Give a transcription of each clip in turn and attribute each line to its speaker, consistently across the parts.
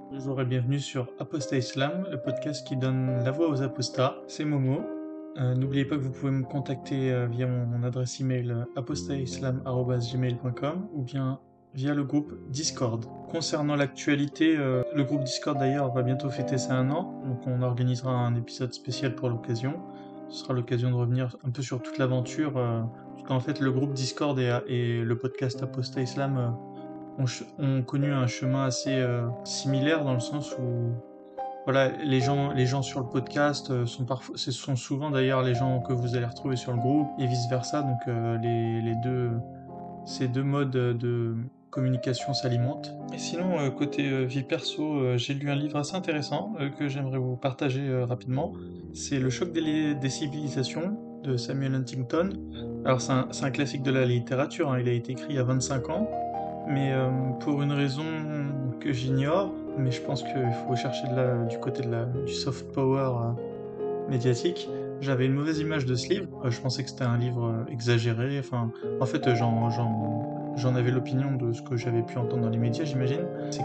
Speaker 1: Bonjour et bienvenue sur Apostat Islam, le podcast qui donne la voix aux apostats. C'est Momo. N'oubliez pas que vous pouvez me contacter via mon adresse email apostatislam@gmail.com ou bien via le groupe Discord. Concernant l'actualité, le groupe Discord d'ailleurs va bientôt fêter ses 1 an, donc on organisera un épisode spécial pour l'occasion. Ce sera l'occasion de revenir un peu sur toute l'aventure, parce qu'en fait le groupe Discord et le podcast Apostat Islam ont connu un chemin assez similaire dans le sens où voilà, les gens sur le podcast ce sont souvent d'ailleurs les gens que vous allez retrouver sur le groupe et vice versa. Donc ces deux modes de communication s'alimentent. Et sinon, côté vie perso, j'ai lu un livre assez intéressant que j'aimerais vous partager rapidement. C'est Le choc des civilisations de Samuel Huntington. Alors c'est un classique de la littérature, hein, il a été écrit il y a 25 ans, mais pour une raison que j'ignore, mais je pense qu'il faut chercher du côté du soft power médiatique, j'avais une mauvaise image de ce livre. Je pensais que c'était un livre exagéré. Enfin, en fait, j'en avais l'opinion de ce que j'avais pu entendre dans les médias, j'imagine.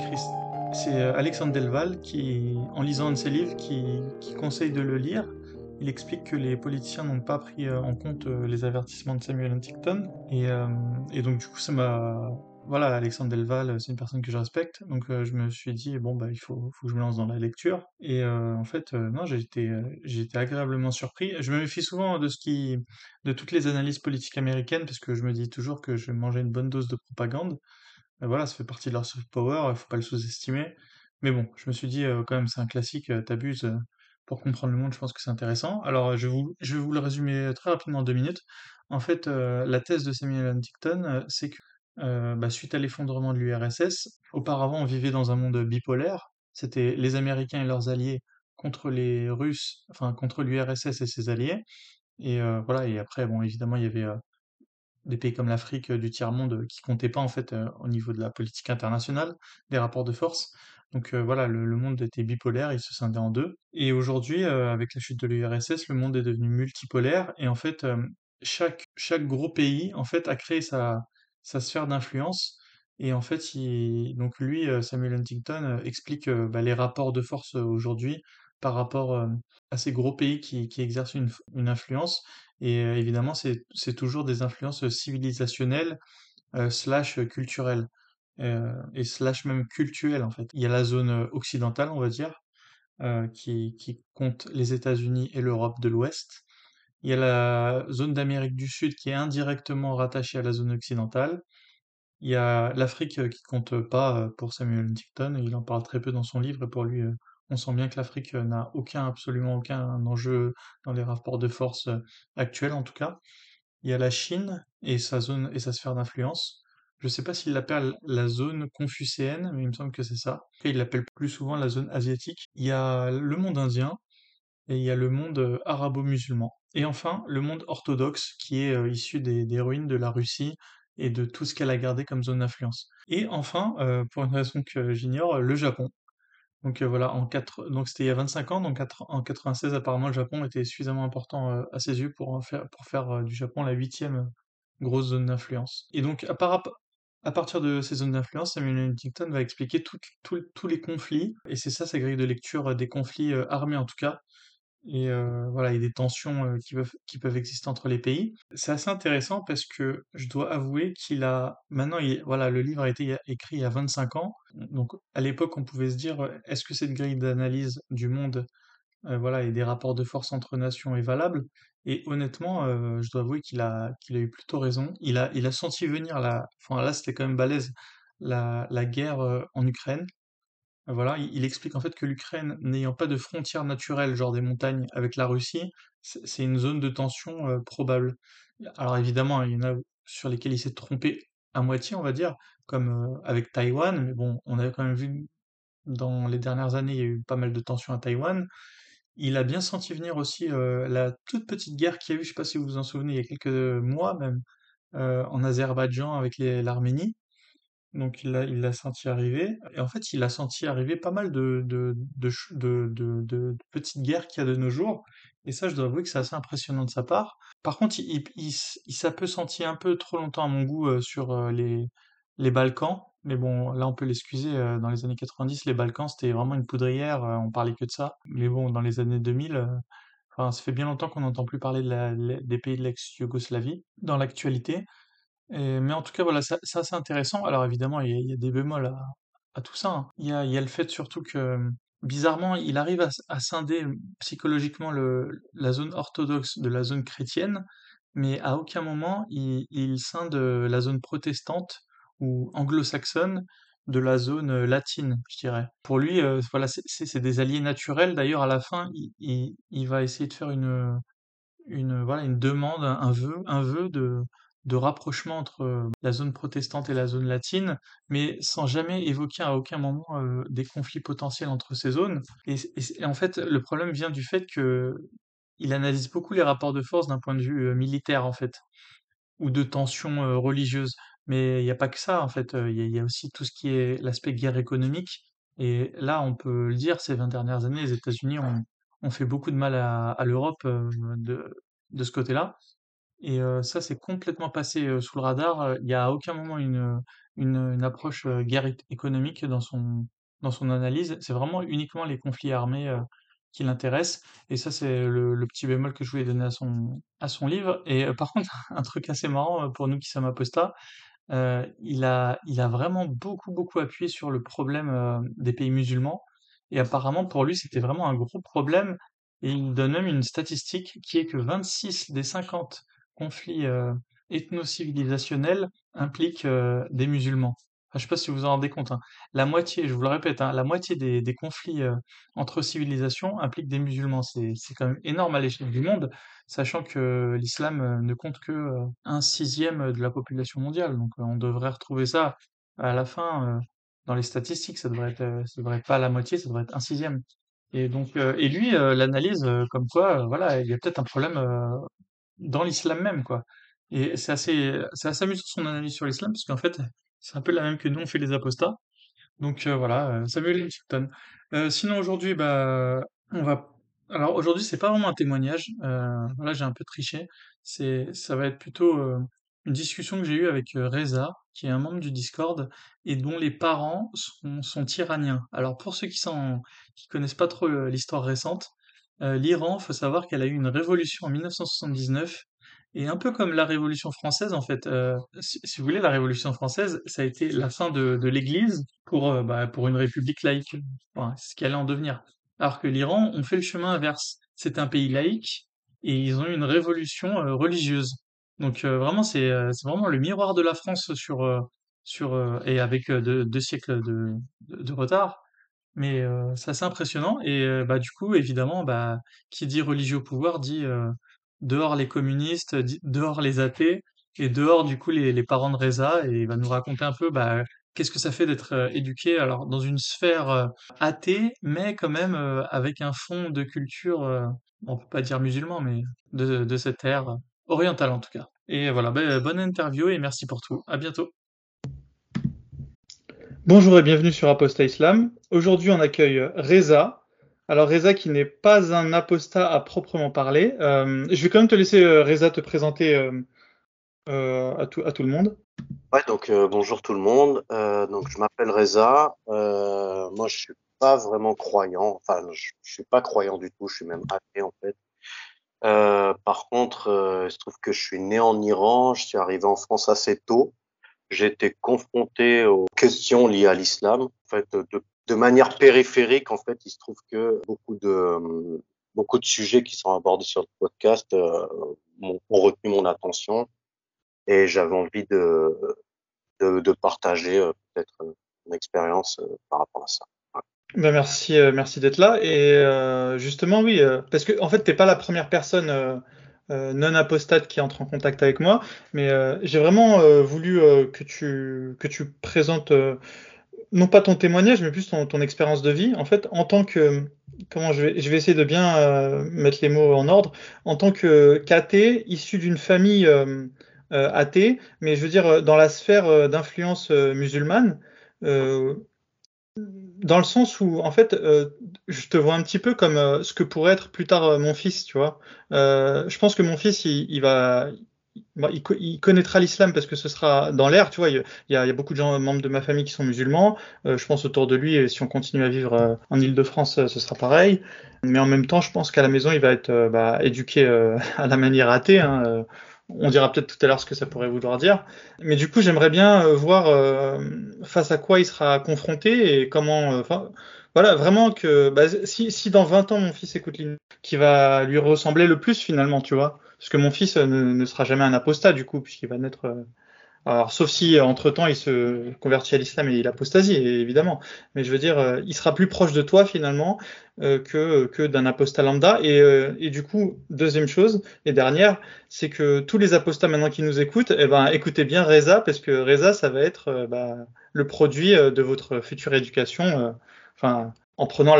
Speaker 1: C'est Alexandre Delval qui, en lisant un de ses livres, qui conseille de le lire. Il explique que les politiciens n'ont pas pris en compte les avertissements de Samuel Huntington. Et donc, du coup, ça m'a. Voilà, Alexandre Delval, c'est une personne que je respecte. Donc, je me suis dit, bon, bah, faut que je me lance dans la lecture. Et en fait, non, j'ai été agréablement surpris. Je me méfie souvent de toutes les analyses politiques américaines parce que je me dis toujours que je vais manger une bonne dose de propagande. Voilà, ça fait partie de leur soft power, faut pas le sous-estimer. Mais bon, je me suis dit, quand même, c'est un classique, t'abuses, pour comprendre le monde, je pense que c'est intéressant. Alors, je vais vous le résumer très rapidement en 2 minutes. En fait, la thèse de Samuel Huntington, c'est que, bah, suite à l'effondrement de l'URSS, auparavant, on vivait dans un monde bipolaire. C'était les Américains et leurs alliés contre les Russes, enfin, contre l'URSS et ses alliés. Et voilà, et après, bon, évidemment, il y avait des pays comme l'Afrique du tiers-monde qui comptaient pas en fait au niveau de la politique internationale, des rapports de force. Donc voilà, le monde était bipolaire, il se scindait en deux. Et aujourd'hui, avec la chute de l'URSS, le monde est devenu multipolaire et en fait, chaque gros pays en fait a créé sa sphère d'influence. Et en fait, donc lui, Samuel Huntington, explique bah, les rapports de force aujourd'hui par rapport à ces gros pays qui exercent une influence. Et évidemment, c'est toujours des influences civilisationnelles slash culturelles et slash même cultuelles en fait. Il y a la zone occidentale, on va dire, qui compte les États-Unis et l'Europe de l'Ouest. Il y a la zone d'Amérique du Sud qui est indirectement rattachée à la zone occidentale. Il y a l'Afrique qui compte pas pour Samuel Huntington, il en parle très peu dans son livre, et pour lui, on sent bien que l'Afrique n'a absolument aucun enjeu dans les rapports de force actuels en tout cas. Il y a la Chine et sa zone et sa sphère d'influence. Je sais pas s'il l'appelle la zone confucéenne, mais il me semble que c'est ça. Après, il l'appelle plus souvent la zone asiatique. Il y a le monde indien et il y a le monde arabo-musulman. Et enfin, le monde orthodoxe qui est issu des ruines de la Russie et de tout ce qu'elle a gardé comme zone d'influence. Et enfin, pour une raison que j'ignore, le Japon. Donc voilà, donc c'était il y a 25 ans, donc en 96 apparemment le Japon était suffisamment important à ses yeux pour faire du Japon la huitième grosse zone d'influence. Et donc à partir de ces zones d'influence, Samuel Huntington va expliquer tous les conflits, et c'est ça sa grille de lecture des conflits armés en tout cas, et voilà, et des tensions qui peuvent exister entre les pays. C'est assez intéressant parce que je dois avouer qu'il a maintenant voilà, le livre a été écrit il y a 25 ans. Donc à l'époque, on pouvait se dire est-ce que cette grille d'analyse du monde voilà, et des rapports de force entre nations est valable? Et honnêtement, je dois avouer qu'il a eu plutôt raison. Il a senti venir enfin là, c'était quand même balèze, la guerre en Ukraine. Voilà, il explique en fait que l'Ukraine, n'ayant pas de frontières naturelles, genre des montagnes avec la Russie, c'est une zone de tension probable. Alors évidemment, il y en a sur lesquels il s'est trompé à moitié, on va dire, comme avec Taïwan, mais bon, on avait quand même vu dans les dernières années, il y a eu pas mal de tensions à Taïwan. Il a bien senti venir aussi la toute petite guerre qu'il y a eu, je sais pas si vous vous en souvenez, il y a quelques mois même, en Azerbaïdjan avec l'Arménie. Donc il l'a senti arriver, et en fait il a senti arriver pas mal de petites guerres qu'il y a de nos jours, et ça je dois avouer que c'est assez impressionnant de sa part. Par contre ça peut sentir un peu trop longtemps à mon goût sur les Balkans, Mais bon, là, on peut l'excuser. Dans les années 90, les Balkans, c'était vraiment une poudrière. On parlait que de ça. Mais bon, dans les années 2000, enfin, ça fait bien longtemps qu'on n'entend plus parler des pays de l'ex-Yougoslavie dans l'actualité. Mais en tout cas, voilà, c'est assez intéressant. Alors évidemment, il y a des bémols à tout ça, hein. Il y a le fait surtout que, bizarrement, il arrive à scinder psychologiquement la zone orthodoxe de la zone chrétienne, mais à aucun moment il scinde la zone protestante ou anglo-saxonne de la zone latine, je dirais. Pour lui, voilà, c'est des alliés naturels. D'ailleurs, à la fin, il va essayer de faire voilà, une demande, un vœu de rapprochement entre la zone protestante et la zone latine, mais sans jamais évoquer à aucun moment des conflits potentiels entre ces zones. Et en fait, le problème vient du fait que il analyse beaucoup les rapports de force d'un point de vue militaire, en fait, ou de tensions religieuses. Mais il n'y a pas que ça, en fait. Il y a aussi tout ce qui est l'aspect guerre économique. Et là, on peut le dire, ces 20 dernières années, les États-Unis ont fait beaucoup de mal à l'Europe de ce côté-là. Et ça, c'est complètement passé sous le radar. Il n'y a à aucun moment une approche guerre économique dans son analyse. C'est vraiment uniquement les conflits armés qui l'intéressent. Et ça, c'est le petit bémol que je voulais donner à son livre. Et par contre, un truc assez marrant pour nous qui sommes apostats, il a vraiment beaucoup, beaucoup appuyé sur le problème des pays musulmans. Et apparemment, pour lui, c'était vraiment un gros problème. Et il donne même une statistique qui est que 26 des 50 conflits ethno-civilisationnels impliquent des musulmans. Enfin, je sais pas si vous vous en rendez compte, hein. La moitié, je vous le répète, hein, la moitié des conflits entre civilisations impliquent des musulmans. C'est quand même énorme à l'échelle du monde, sachant que l'islam ne compte que un sixième de la population mondiale. Donc on devrait retrouver ça à la fin dans les statistiques. Ça devrait être pas la moitié, ça devrait être un sixième. Et donc et lui l'analyse comme quoi voilà, il y a peut-être un problème dans l'islam même, quoi. Et c'est assez amusant son analyse sur l'islam parce qu'en fait c'est un peu la même que nous on fait les apostats. Donc voilà, Samuel Huntington. Sinon aujourd'hui, bah, on va. Alors aujourd'hui, c'est pas vraiment un témoignage. Voilà, j'ai un peu triché. Ça va être plutôt une discussion que j'ai eue avec Reza, qui est un membre du Discord et dont les parents sont iraniens. Alors pour ceux qui connaissent pas trop l'histoire récente, l'Iran, faut savoir qu'elle a eu une révolution en 1979. Et un peu comme la Révolution française, en fait, si vous voulez, la Révolution française, ça a été la fin de l'Église pour une république laïque. Enfin, c'est ce qu'elle allait en devenir. Alors que l'Iran, on fait le chemin inverse. C'est un pays laïque et ils ont eu une révolution religieuse. Donc vraiment, c'est vraiment le miroir de la France et avec 2 siècles de retard. Mais c'est assez impressionnant. Et bah, du coup, évidemment, bah, qui dit religieux au pouvoir dit dehors les communistes, dehors les athées, et dehors du coup les parents de Reza. Et il va nous raconter un peu bah, qu'est-ce que ça fait d'être éduqué alors dans une sphère athée, mais quand même avec un fond de culture, on peut pas dire musulman, mais de cette ère orientale en tout cas. Et voilà, bah, bonne interview et merci pour tout. À bientôt. Bonjour et bienvenue sur Apostat Islam. Aujourd'hui, on accueille Reza. Alors Reza qui n'est pas un apostat à proprement parler. Je vais quand même te laisser Reza te présenter à tout le monde.
Speaker 2: Ouais, donc bonjour tout le monde. Donc je m'appelle Reza. Moi, je suis pas vraiment croyant. Enfin, je suis pas croyant du tout. Je suis même athée en fait. Par contre, il se trouve que je suis né en Iran. Je suis arrivé en France assez tôt. J'ai été confronté aux questions liées à l'islam. En fait, de manière périphérique, en fait, il se trouve que beaucoup de sujets qui sont abordés sur le podcast ont retenu mon attention et j'avais envie de partager peut-être mon expérience par rapport à ça. Ouais.
Speaker 1: Ben merci, merci d'être là. Et justement, oui, parce que en fait, t'es pas la première personne non apostate qui entre en contact avec moi, mais j'ai vraiment voulu que tu présentes non pas ton témoignage, mais plus ton expérience de vie. En fait, en tant que comment je vais essayer de bien mettre les mots en ordre. En tant que qu'athée, issu d'une famille athée, mais je veux dire dans la sphère d'influence musulmane. euh, Dans le sens où, en fait, je te vois un petit peu comme ce que pourrait être plus tard mon fils, tu vois. Je pense que mon fils, il connaîtra l'islam parce que ce sera dans l'air, tu vois. Il y a beaucoup de gens, membres de ma famille qui sont musulmans. Je pense autour de lui, et si on continue à vivre en Île-de-France, ce sera pareil. Mais en même temps, je pense qu'à la maison, il va être éduqué à la manière athée, hein. On dira peut-être tout à l'heure ce que ça pourrait vouloir dire. Mais du coup, j'aimerais bien voir face à quoi il sera confronté et comment. Voilà, vraiment que si dans 20 ans mon fils écoute qui va lui ressembler le plus finalement, tu vois. Parce que mon fils ne sera jamais un apostat du coup, puisqu'il va naître. Alors, sauf si entre-temps il se convertit à l'islam et il apostasie, évidemment. Mais je veux dire, il sera plus proche de toi finalement que d'un apostat lambda. Et du coup, deuxième chose, et dernière, c'est que tous les apostats maintenant qui nous écoutent, eh ben, écoutez bien Reza, parce que Reza, ça va être le produit de votre future éducation. Enfin, en prenant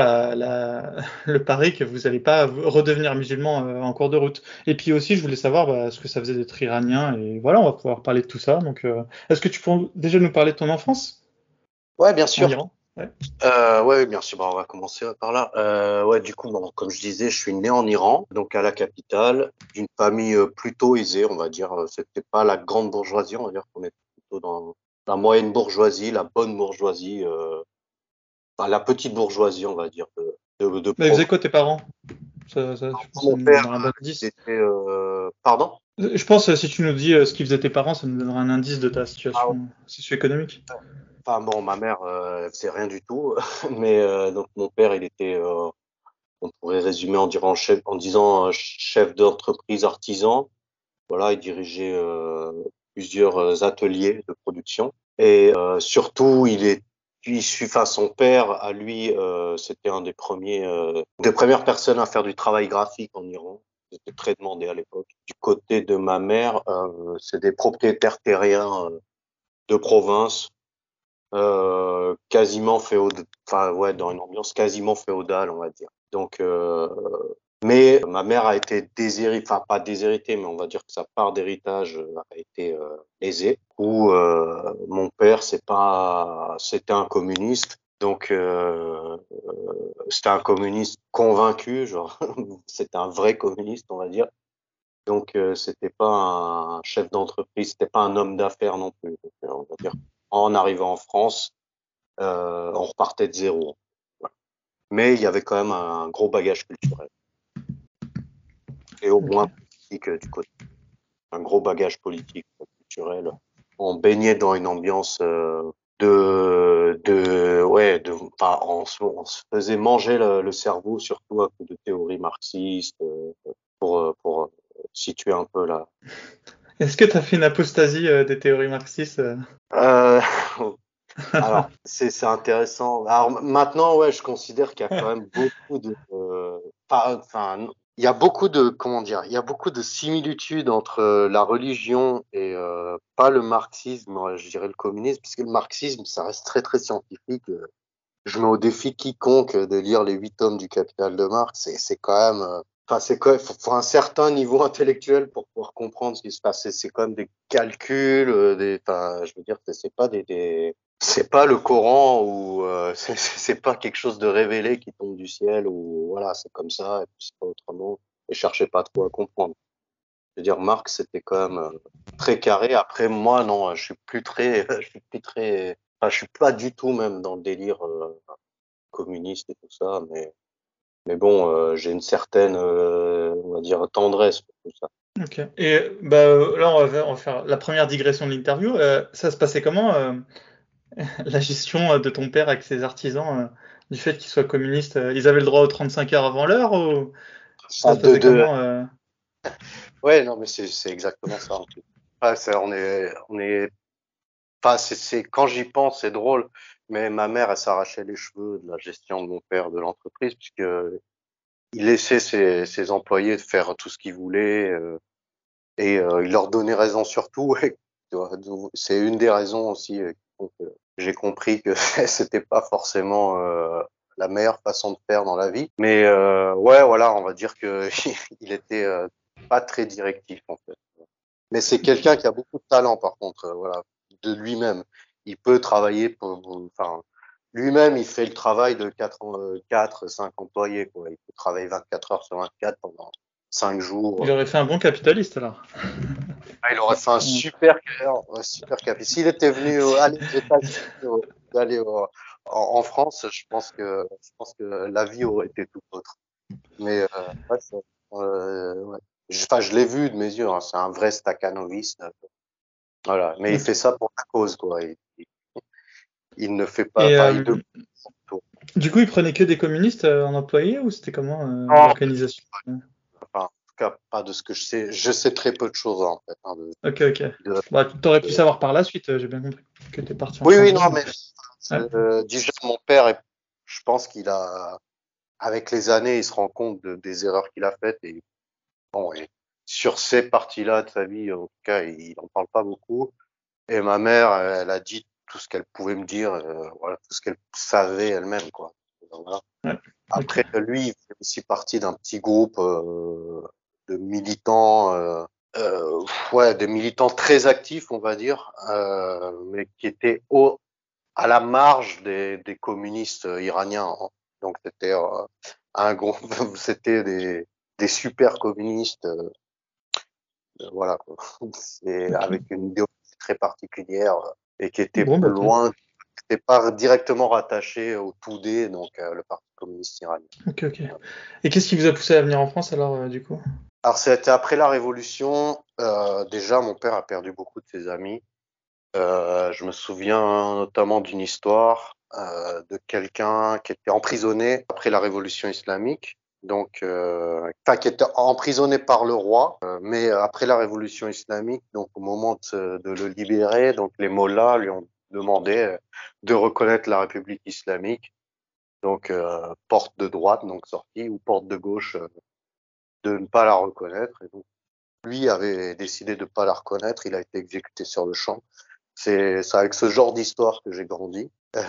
Speaker 1: le pari que vous n'allez pas redevenir musulman en cours de route. Et puis aussi, je voulais savoir ce que ça faisait d'être iranien. Et voilà, on va pouvoir parler de tout ça. Donc, est-ce que tu peux déjà nous parler de ton enfance
Speaker 2: Ouais, bien
Speaker 1: en
Speaker 2: sûr.
Speaker 1: Iran? Ouais.
Speaker 2: Ouais, bien sûr. Bah, on va commencer par là. Ouais, du coup, bon, comme je disais, je suis né en Iran, donc à la capitale, d'une famille plutôt aisée, on va dire. C'était pas la grande bourgeoisie, on va dire qu'on était plutôt dans la moyenne bourgeoisie, la bonne bourgeoisie, enfin, la petite bourgeoisie, on va dire, de
Speaker 1: Mais ils faisaient
Speaker 2: province.
Speaker 1: quoi tes parents? Je pense que ça
Speaker 2: Mon
Speaker 1: nous
Speaker 2: père,
Speaker 1: donnera un bon
Speaker 2: il
Speaker 1: indice.
Speaker 2: était, pardon?
Speaker 1: Je pense si tu nous dis ce qu'ils faisaient tes parents, ça nous donnera un indice de ta
Speaker 2: Ah,
Speaker 1: situation socio-économique.
Speaker 2: enfin bon, ma mère, elle faisait rien du tout, mais donc mon père, il était, on pourrait résumer en disant chef d'entreprise artisan. Voilà, il dirigeait plusieurs ateliers de production et surtout, enfin, son père, à lui, c'était un des premières personnes à faire du travail graphique en Iran. C'était très demandé à l'époque. Du côté de ma mère, c'est des propriétaires terriens de province, quasiment enfin ouais, dans une ambiance quasiment féodale, on va dire. Donc, mais ma mère a été déshéritée, enfin pas déshéritée, mais on va dire que sa part d'héritage a été lésée. Ou mon père, c'était un communiste. Donc c'était un communiste convaincu, genre c'était un vrai communiste, on va dire. Donc c'était pas un chef d'entreprise, c'était pas un homme d'affaires non plus. Donc, on va dire en arrivant en France, on repartait de zéro. Voilà. Mais il y avait quand même un gros bagage culturel et au moins
Speaker 1: Ok.
Speaker 2: politique du côté, un gros bagage politique, culturel. On baignait dans une ambiance ouais, enfin, on se faisait manger le cerveau, surtout à coup de théories marxistes, pour situer un peu là.
Speaker 1: Est-ce que tu as fait une apostasie des théories marxistes?
Speaker 2: Euh, Alors, c'est intéressant. Alors maintenant, ouais, je considère qu'il y a quand même beaucoup de, enfin, il y a beaucoup de, comment dire, il y a beaucoup de similitudes entre la religion et pas le marxisme, je dirais le communisme, puisque le marxisme, ça reste très très scientifique. Je mets au défi quiconque de lire les 8 tomes du Capital de Marx. C'est quand même, enfin, c'est quand même, faut un certain niveau intellectuel pour pouvoir comprendre ce qui se passe. C'est quand même des calculs, enfin, je veux dire, c'est pas c'est pas le Coran ou c'est pas quelque chose de révélé qui tombe du ciel ou voilà, c'est comme ça et puis c'est pas autrement. Et cherchez pas trop à comprendre. Je veux dire, Marx, c'était quand même très carré. Après, moi, non, je suis plus très, je suis plus très, enfin, je suis pas du tout même dans le délire communiste et tout ça, mais bon, j'ai une certaine, on va dire, tendresse pour tout ça.
Speaker 1: Ok. Et là, on va faire la première digression de l'interview. Ça se passait comment la gestion de ton père avec ses artisans, du fait qu'ils soient communistes? Ils avaient le droit aux 35 heures avant l'heure ou ça
Speaker 2: Enfin,
Speaker 1: se passait comment
Speaker 2: ouais, non, mais c'est exactement ça. En fait. Enfin, enfin, quand j'y pense, c'est drôle, mais ma mère, elle s'arrachait les cheveux de la gestion de mon père de l'entreprise, puisque il laissait ses employés faire tout ce qu'ils voulaient, et il leur donnait raison sur tout. Et, tu vois, c'est une des raisons aussi qui font que j'ai compris que c'était pas forcément la meilleure façon de faire dans la vie. Mais ouais, voilà, on va dire que il était pas très directif en fait. Mais c'est quelqu'un qui a beaucoup de talent par contre, voilà, de lui-même. Il peut travailler enfin, lui-même, il fait le travail de 5 employés, quoi. Il peut travailler 24 heures sur 24 pendant 5 jours.
Speaker 1: Il aurait fait un bon capitaliste alors.
Speaker 2: il aurait fait un super cap. S'il était venu aller aux États-Unis, d'aller en France, je pense que la vie aurait été tout autre. Mais ouais, ouais. Enfin, je l'ai vu de mes yeux. Hein, c'est un vrai stakhanoviste. Voilà. Mais il
Speaker 1: Ok.
Speaker 2: fait ça pour la cause, quoi. Il ne fait pas.
Speaker 1: Et
Speaker 2: Enfin, il demande tout.
Speaker 1: du coup, ils prenaient que des communistes en employés ou c'était comment
Speaker 2: Non,
Speaker 1: l'organisation?
Speaker 2: enfin, en tout cas, pas de ce que je sais. Je sais très peu de choses, en fait. Hein,
Speaker 1: Ok, ok.
Speaker 2: de-
Speaker 1: Bah, t'aurais pu
Speaker 2: de-
Speaker 1: savoir par la suite, j'ai bien compris que t'es parti en
Speaker 2: Oui,
Speaker 1: France
Speaker 2: oui, non,
Speaker 1: jeune.
Speaker 2: mais
Speaker 1: Ouais.
Speaker 2: déjà, mon père, je pense qu'il a, avec les années, il se rend compte des erreurs qu'il a faites et bon, et sur ces parties-là de sa vie, en tout cas, il en parle pas beaucoup. Et ma mère, elle a dit tout ce qu'elle pouvait me dire, voilà, tout ce qu'elle savait elle-même, quoi. Donc, voilà.
Speaker 1: Ouais. Ok.
Speaker 2: Après, lui, il fait aussi partie d'un petit groupe de militants, ouais, des militants très actifs, on va dire, mais qui étaient à la marge des communistes iraniens. Hein. Donc c'était un groupe, c'était des super communistes, voilà, quoi. C'est
Speaker 1: Ok.
Speaker 2: avec une idéologie très particulière et qui était
Speaker 1: Bon, bah, tant mieux.
Speaker 2: loin, qui n'était pas directement rattaché au TOUD, donc le Parti communiste iranien.
Speaker 1: Ok, ok. Et qu'est-ce qui vous a poussé à venir en France alors, du coup?
Speaker 2: Alors c'était après la Révolution. Déjà, mon père a perdu beaucoup de ses amis. Je me souviens notamment d'une histoire de quelqu'un qui était emprisonné après la Révolution islamique. Donc, enfin, qui était emprisonné par le roi, mais après la Révolution islamique, donc au moment de le libérer, donc les mollahs lui ont demandé de reconnaître la République islamique, donc porte de droite, donc sortie, ou porte de gauche, de ne pas la reconnaître. Et donc, lui avait décidé de ne pas la reconnaître, il a été exécuté sur le champ. C'est avec ce genre d'histoire que j'ai grandi.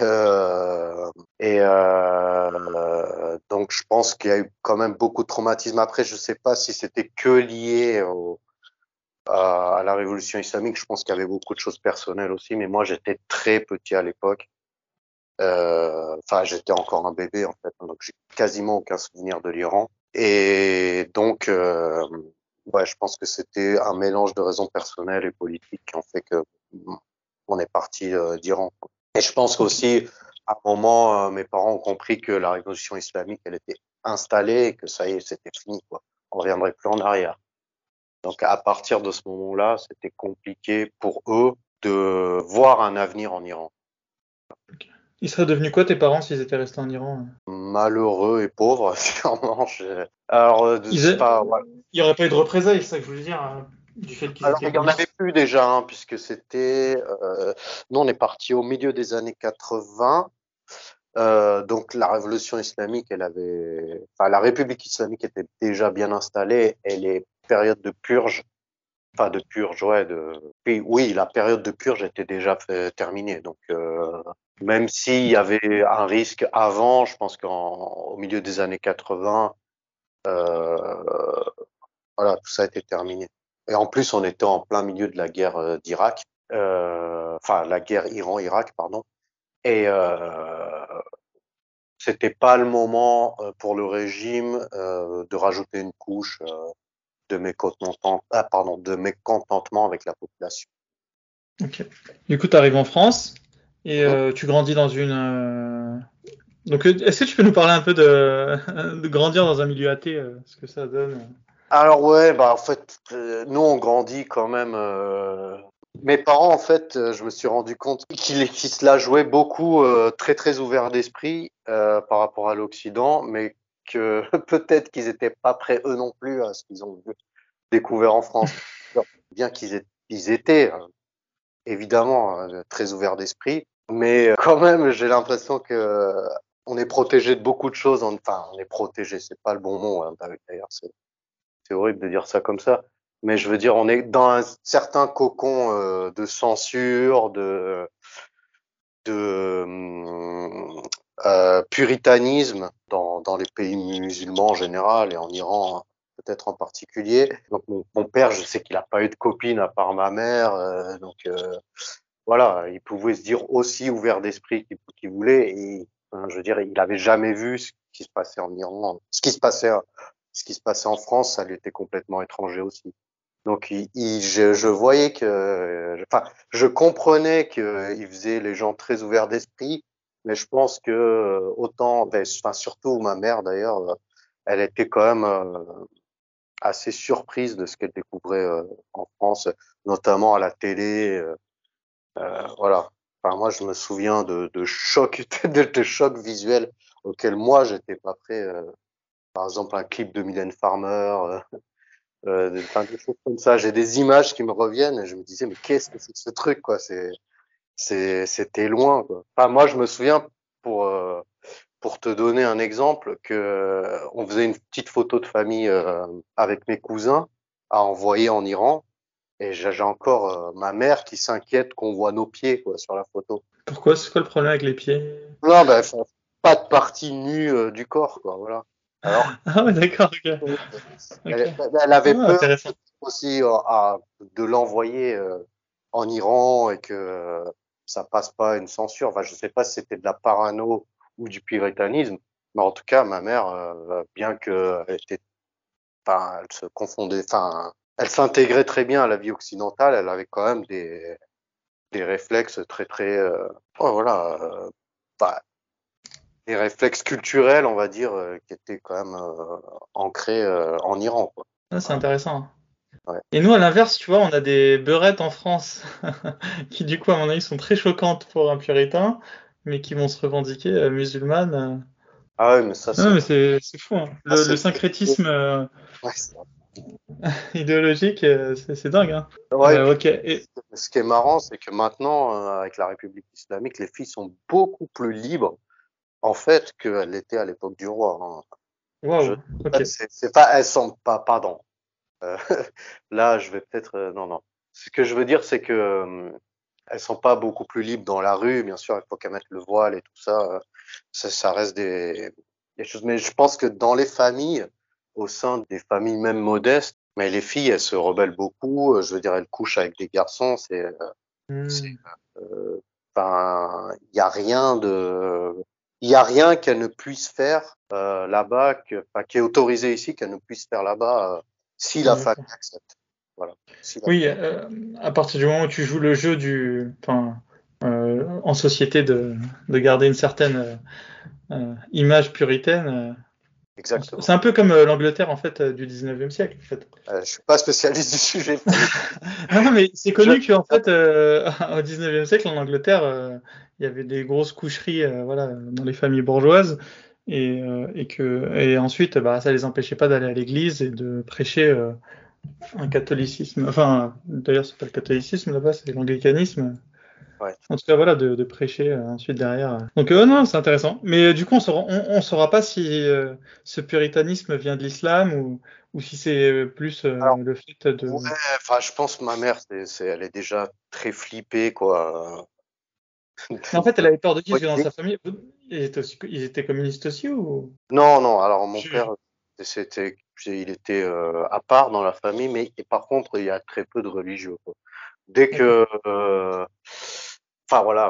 Speaker 2: Donc je pense qu'il y a eu quand même beaucoup de traumatisme. Après, je sais pas si c'était que lié à la révolution islamique. Je pense qu'il y avait beaucoup de choses personnelles aussi. Mais moi, j'étais très petit à l'époque. Enfin, j'étais encore un bébé en fait, donc j'ai quasiment aucun souvenir de l'Iran. Et donc, ouais, je pense que c'était un mélange de raisons personnelles et politiques qui ont fait que on est parti d'Iran. Et je pense
Speaker 1: Ok.
Speaker 2: qu'aussi, à un moment, mes parents ont compris que la révolution islamique, elle était installée et que ça y est, c'était fini, quoi. On reviendrait plus en arrière. Donc, à partir de ce moment-là, c'était compliqué pour eux de voir un avenir en Iran.
Speaker 1: Ok. Ils seraient devenus quoi tes parents s'ils étaient restés en Iran?
Speaker 2: Malheureux et pauvre, sûrement. Alors,
Speaker 1: Ils
Speaker 2: c'est
Speaker 1: a-
Speaker 2: pas, voilà.
Speaker 1: Il n'y aurait pas eu de représailles, c'est ça que je voulais dire, du fait qu'ils
Speaker 2: Alors,
Speaker 1: étaient
Speaker 2: il y en avait
Speaker 1: communistes.
Speaker 2: plus déjà, hein, puisque c'était, nous, on est parti au milieu des années 80. Donc la révolution islamique, enfin la République islamique était déjà bien installée et les périodes de purge, enfin de purge, ouais, oui, la période de purge était déjà terminée. Donc même s'il y avait un risque avant, je pense qu'au milieu des années 80, euh, voilà, tout ça a été terminé. Et en plus, on était en plein milieu de la guerre d'Irak, enfin la guerre Iran-Irak, pardon. Et c'était pas le moment pour le régime de rajouter une couche de mécontentement avec la population.
Speaker 1: Ok. Du coup, tu arrives en France et
Speaker 2: Mhm.
Speaker 1: tu grandis dans une. Donc, est-ce que tu peux nous parler un peu de, de grandir dans un milieu athée, ce que ça donne?
Speaker 2: Alors ouais, bah en fait, nous on grandit quand même. Mes parents, en fait, je me suis rendu compte qu'ils se la jouaient beaucoup, très très ouverts d'esprit par rapport à l'Occident, mais que peut-être qu'ils étaient pas prêts eux non plus à ce qu'ils ont découvert en France. Bien ils étaient évidemment très ouverts d'esprit, mais quand même j'ai l'impression que on est protégé de beaucoup de choses. Enfin, on est protégé, c'est pas le bon mot. Hein, d'ailleurs, c'est horrible de dire ça comme ça. Mais je veux dire, on est dans un certain cocon de censure, de puritanisme dans les pays musulmans en général et en Iran peut-être en particulier. Donc mon père, je sais qu'il n'a pas eu de copine à part ma mère, donc voilà, il pouvait se dire aussi ouvert d'esprit qu'il voulait. Et je veux dire, il n'avait jamais vu ce qui se passait en Iran, ce qui se passait en France, ça lui était complètement étranger aussi. Donc, je voyais enfin, je comprenais qu'il faisait les gens très ouverts d'esprit, mais je pense que autant, enfin, surtout ma mère d'ailleurs, elle était quand même assez surprise de ce qu'elle découvrait en France, notamment à la télé. Voilà. Enfin, moi, je me souviens de chocs, de chocs visuels auxquels moi, j'étais pas prêt. Par exemple, un clip de Mylène Farmer, enfin, des choses comme ça. J'ai des images qui me reviennent et je me disais, mais qu'est-ce que c'est que ce truc, quoi? C'était loin, quoi. Enfin, moi, je me souviens pour, euh, pour te donner un exemple que on faisait une petite photo de famille avec mes cousins à envoyer en Iran et j'ai encore ma mère qui s'inquiète qu'on voit nos pieds, quoi, sur la photo.
Speaker 3: Pourquoi? C'est quoi le problème avec les pieds?
Speaker 2: Non, ben, pas de partie nue du corps, quoi, voilà. Alors,
Speaker 3: Ah ouais, d'accord, ok.
Speaker 2: euh,
Speaker 3: Ok.
Speaker 2: elle avait
Speaker 3: Ah,
Speaker 2: peur
Speaker 3: intéressant.
Speaker 2: aussi de l'envoyer en Iran et que ça passe pas une censure. Enfin, je sais pas si c'était de la parano ou du puritanisme, mais en tout cas, ma mère, bien que elle était, enfin, elle se confondait, enfin, elle s'intégrait très bien à la vie occidentale, elle avait quand même des réflexes très très, ouais, voilà, bah, des réflexes culturels, on va dire, qui étaient quand même ancrés en Iran, quoi.
Speaker 3: Ah, c'est
Speaker 2: Voilà.
Speaker 3: intéressant.
Speaker 2: Ouais.
Speaker 3: Et nous, à l'inverse, tu vois, on a des beurettes en France qui, du coup, à mon avis, sont très choquantes pour un puritain, mais qui vont se revendiquer musulmanes.
Speaker 2: Ah ouais, mais ça,
Speaker 3: Non,
Speaker 2: c'est,
Speaker 3: mais c'est fou, hein.
Speaker 2: ça,
Speaker 3: Le syncrétisme
Speaker 2: ouais,
Speaker 3: idéologique, c'est dingue, hein.
Speaker 2: ouais, et puis,
Speaker 3: Ok. Et,
Speaker 2: ce qui est marrant, c'est que maintenant, avec la République islamique, les filles sont beaucoup plus libres, en fait, qu'elles l'étaient à l'époque du roi, hein. Je,
Speaker 3: waouh.
Speaker 2: en
Speaker 3: Ok.
Speaker 2: fait, c'est pas, elles sont pas, pardon. Euh, là, je vais peut-être, non, non. Ce que je veux dire, c'est que elles sont pas beaucoup plus libres dans la rue. Bien sûr, il faut qu'elles mettent le voile et tout ça. Ça reste des choses. Mais je pense que dans les familles, au sein des familles même modestes, mais les filles, elles se rebellent beaucoup. Je veux dire, elles couchent avec des garçons. C'est,
Speaker 3: Hmm.
Speaker 2: enfin, il y a rien qu'elles ne puissent faire là-bas, enfin, qui est autorisé ici, qu'elles ne puissent faire là-bas, si la famille
Speaker 3: D'accord.
Speaker 2: accepte. Voilà. Si la
Speaker 3: Oui,
Speaker 2: famille.
Speaker 3: à partir du moment où tu joues le jeu enfin, en société de garder une certaine image puritaine, c'est
Speaker 2: Exactement.
Speaker 3: un peu comme l'Angleterre en fait du 19e siècle en fait.
Speaker 2: Je suis pas spécialiste du sujet pour le coup.
Speaker 3: Ah non, mais c'est
Speaker 2: Je,
Speaker 3: connu qu'en fait au 19e siècle en Angleterre, il y avait des grosses coucheries voilà, dans les familles bourgeoises et ensuite bah, ça les empêchait pas d'aller à l'église et de prêcher un catholicisme. Enfin, d'ailleurs, c'est pas le catholicisme là-bas, c'est l'anglicanisme.
Speaker 2: ouais.
Speaker 3: En tout cas, voilà, de prêcher ensuite derrière. Donc, non, c'est intéressant. Mais du coup, on saura pas si ce puritanisme vient de l'islam ou si c'est plus
Speaker 2: Alors,
Speaker 3: le fait
Speaker 2: ouais,
Speaker 3: de.
Speaker 2: enfin, je pense que ma mère, elle est déjà très flippée, quoi.
Speaker 3: Mais en fait, elle avait peur de qui? Parce que dans
Speaker 2: Dès-
Speaker 3: sa famille, ils étaient communistes aussi ou?
Speaker 2: Non, non. Alors, mon
Speaker 3: Je-
Speaker 2: père, il était à part dans la famille, mais et par contre, il y a très peu de religieux, quoi. Dès
Speaker 3: D'accord.
Speaker 2: que, enfin voilà,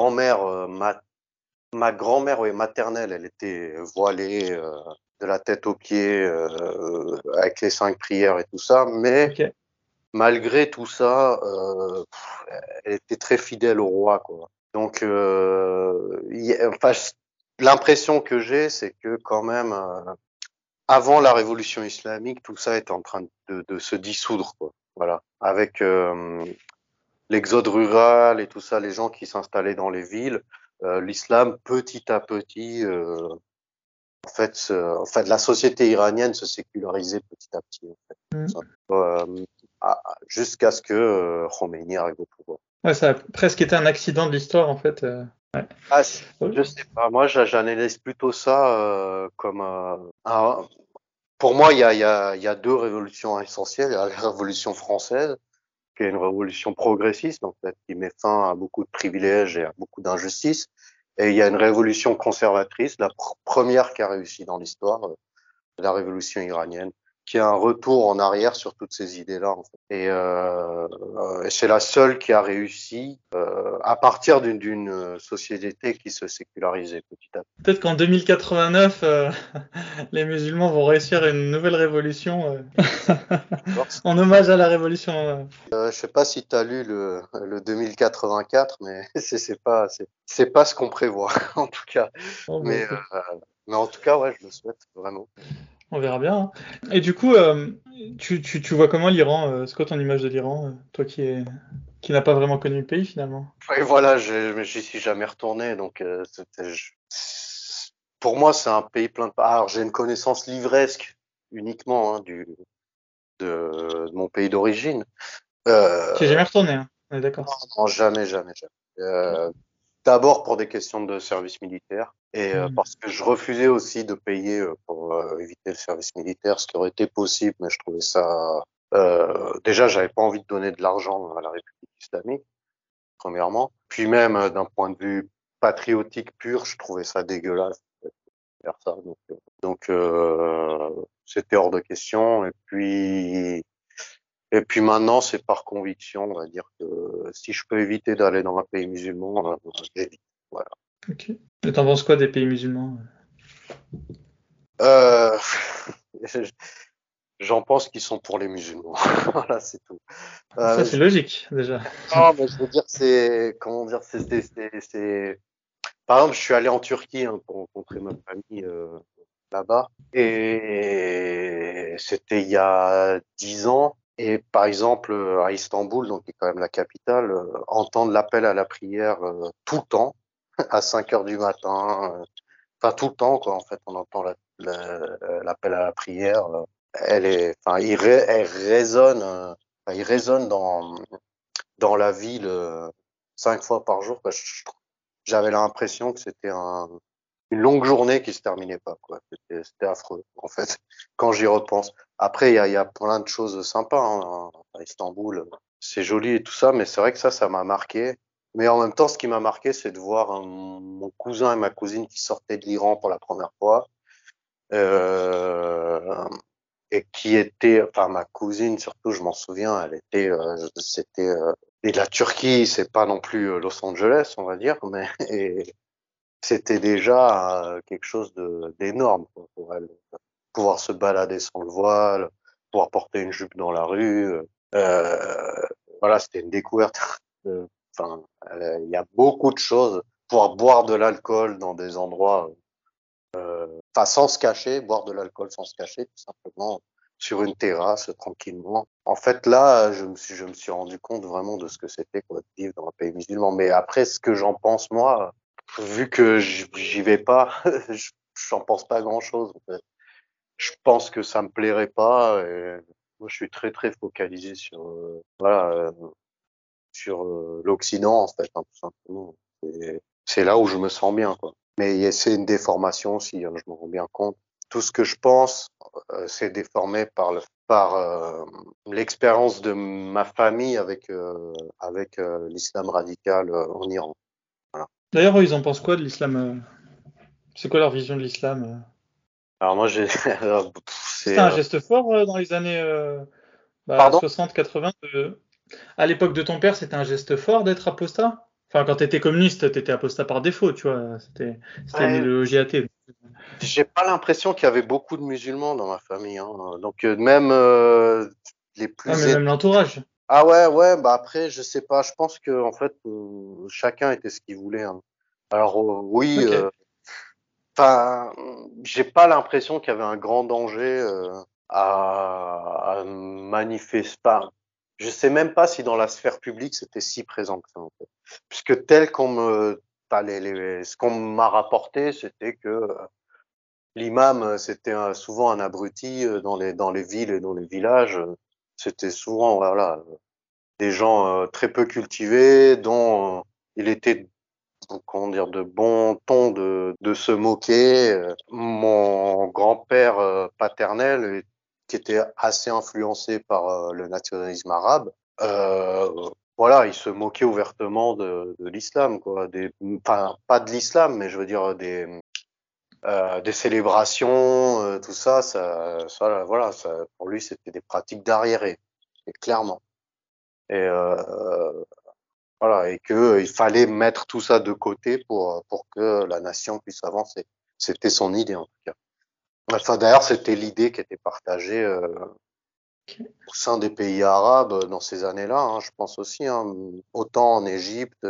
Speaker 2: ma grand-mère, oui, maternelle, elle était voilée de la tête aux pieds avec les 5 prières et tout ça, mais
Speaker 3: Ok.
Speaker 2: malgré tout ça, elle était très fidèle au roi, quoi. Donc, enfin, l'impression que j'ai, c'est que quand même, avant la révolution islamique, tout ça est en train de se dissoudre, quoi. Voilà, avec l'exode rural et tout ça, les gens qui s'installaient dans les villes, l'islam petit à petit, en fait, la société iranienne se sécularisait petit à petit, en fait.
Speaker 3: Hmm.
Speaker 2: Ça, jusqu'à ce que Khomeini arrive au pouvoir.
Speaker 3: Ouais, ça a presque été un accident de l'histoire en fait. Ouais.
Speaker 2: Ah,
Speaker 3: Ouais.
Speaker 2: je sais pas. Moi, j'analyse plutôt ça comme pour moi, il y a deux révolutions essentielles. Il y a la révolution française, qui est une révolution progressiste, en fait, qui met fin à beaucoup de privilèges et à beaucoup d'injustices. Et il y a une révolution conservatrice, la première qui a réussi dans l'histoire, la révolution iranienne, qu'il y ait un retour en arrière sur toutes ces idées-là, en fait. Et c'est la seule qui a réussi à partir d'une société qui se sécularisait petit à petit.
Speaker 3: Peut-être qu'en 2089, les musulmans vont réussir une nouvelle révolution en hommage à la révolution.
Speaker 2: Je sais pas si tu as lu le 2084, mais c'est pas ce qu'on prévoit en tout cas.
Speaker 3: Bon, bah,
Speaker 2: Mais
Speaker 3: écoute,
Speaker 2: mais en tout cas, ouais, je le souhaite vraiment.
Speaker 3: on verra bien. Hein. Et du coup, tu vois comment l'Iran c'est quoi ton image de l'Iran, toi qui n'as pas vraiment connu le pays finalement?
Speaker 2: Et voilà, j'y suis jamais retourné, donc pour moi, c'est un pays plein de. Alors, j'ai une connaissance livresque uniquement de mon pays d'origine.
Speaker 3: Tu es jamais retourné, hein? On est
Speaker 2: Non,
Speaker 3: d'accord.
Speaker 2: non, jamais, jamais, jamais. D'abord pour des questions de service militaire et
Speaker 3: Hmm.
Speaker 2: parce que je refusais aussi de payer pour éviter le service militaire, ce qui aurait été possible, mais je trouvais ça. Déjà, j'avais pas envie de donner de l'argent à la République islamique, premièrement. Puis même d'un point de vue patriotique pur, je trouvais ça dégueulasse de faire ça. Donc, c'était hors de question. Et puis maintenant, c'est par conviction, on va dire que si je peux éviter d'aller dans un pays musulman, j'évite. Voilà.
Speaker 3: Ok. Et t'en penses quoi des pays musulmans?
Speaker 2: Euh, J'en pense qu'ils sont pour les musulmans. Voilà, c'est tout.
Speaker 3: Ça,
Speaker 2: Euh,
Speaker 3: c'est
Speaker 2: je-
Speaker 3: logique, déjà.
Speaker 2: Non, mais je veux dire, comment dire, par exemple, je suis allé en Turquie pour rencontrer ma famille là-bas, et c'était il y a 10 ans. Et par exemple, à Istanbul, donc qui est quand même la capitale, entendre l'appel à la prière tout le temps, à 5 heures du matin, enfin tout le temps, quoi. En fait, on entend l'appel à la prière. Enfin, elle résonne, il résonne dans la ville 5 fois par jour. Quoi. J'avais l'impression que c'était une longue journée qui se terminait pas, quoi. C'était affreux, en fait, quand j'y repense. Après, il y a plein de choses sympas, hein, à Istanbul. C'est joli et tout ça, mais c'est vrai que ça m'a marqué. Mais en même temps, ce qui m'a marqué, c'est de voir mon cousin et ma cousine qui sortaient de l'Iran pour la première fois. Euh, et qui était, enfin ma cousine surtout, je m'en souviens, c'était et la Turquie, c'est pas non plus Los Angeles, on va dire, mais et c'était déjà quelque chose d'énorme quoi, pour elle. Pouvoir se balader sans le voile, pouvoir porter une jupe dans la rue, euh, voilà, c'était une découverte. Enfin, il y a beaucoup de choses. Pouvoir boire de l'alcool dans des endroits enfin sans se cacher, boire de l'alcool sans se cacher, tout simplement sur une terrasse tranquillement. En fait, là, je me suis rendu compte vraiment de ce que c'était quoi, de vivre dans un pays musulman. Mais après, ce que j'en pense moi, vu que j'y vais pas, j'en pense pas grand-chose. En fait. Je pense que ça me plairait pas. Et moi, je suis très très focalisé sur voilà sur l'Occident en fait, hein, tout simplement. C'est là où je me sens bien quoi. Mais c'est une déformation aussi, hein, je me rends bien compte. Tout ce que je pense, c'est déformé par l'expérience de ma famille avec l'islam radical en Iran. Voilà.
Speaker 3: D'ailleurs, eux, ils en pensent quoi de l'islam? C'est quoi leur vision de l'islam?
Speaker 2: Alors moi,
Speaker 3: C'était
Speaker 2: c'est
Speaker 3: un geste fort dans les années
Speaker 2: pardon.
Speaker 3: 60-80. À l'époque de ton père, c'était un geste fort d'être apostat? Enfin, quand t'étais communiste, t'étais apostat par défaut, tu vois. C'était une
Speaker 2: Ouais,
Speaker 3: idéologie athée.
Speaker 2: j'ai pas l'impression qu'il y avait beaucoup de musulmans dans ma famille. Hein. Donc même les
Speaker 3: Ah,
Speaker 2: plus
Speaker 3: mais même l'entourage.
Speaker 2: ah ouais, ouais, bah après, je sais pas, je pense que en fait, chacun était ce qu'il voulait. Hein. Alors oui,
Speaker 3: Ok.
Speaker 2: enfin, j'ai pas l'impression qu'il y avait un grand danger à manifester. Enfin, je sais même pas si dans la sphère publique c'était si présent que ça, en fait. Puisque tel qu'on me, enfin, ce qu'on m'a rapporté, c'était que l'imam, c'était souvent un abruti dans les villes et dans les villages. C'était souvent, voilà, des gens très peu cultivés, dont il était, comment dire, de bon ton de se moquer. Mon grand-père paternel, qui était assez influencé par le nationalisme arabe, euh, voilà, il se moquait ouvertement de l'islam, quoi. Enfin, pas de l'islam, mais je veux dire des célébrations, tout ça, voilà, pour lui, c'était des pratiques d'arriérés, et clairement. Et voilà, et que il fallait mettre tout ça de côté pour que la nation puisse avancer. C'était son idée en tout cas. Enfin, d'ailleurs, c'était l'idée qui était partagée au sein des pays arabes dans ces années-là, hein, je pense aussi, hein, autant en Égypte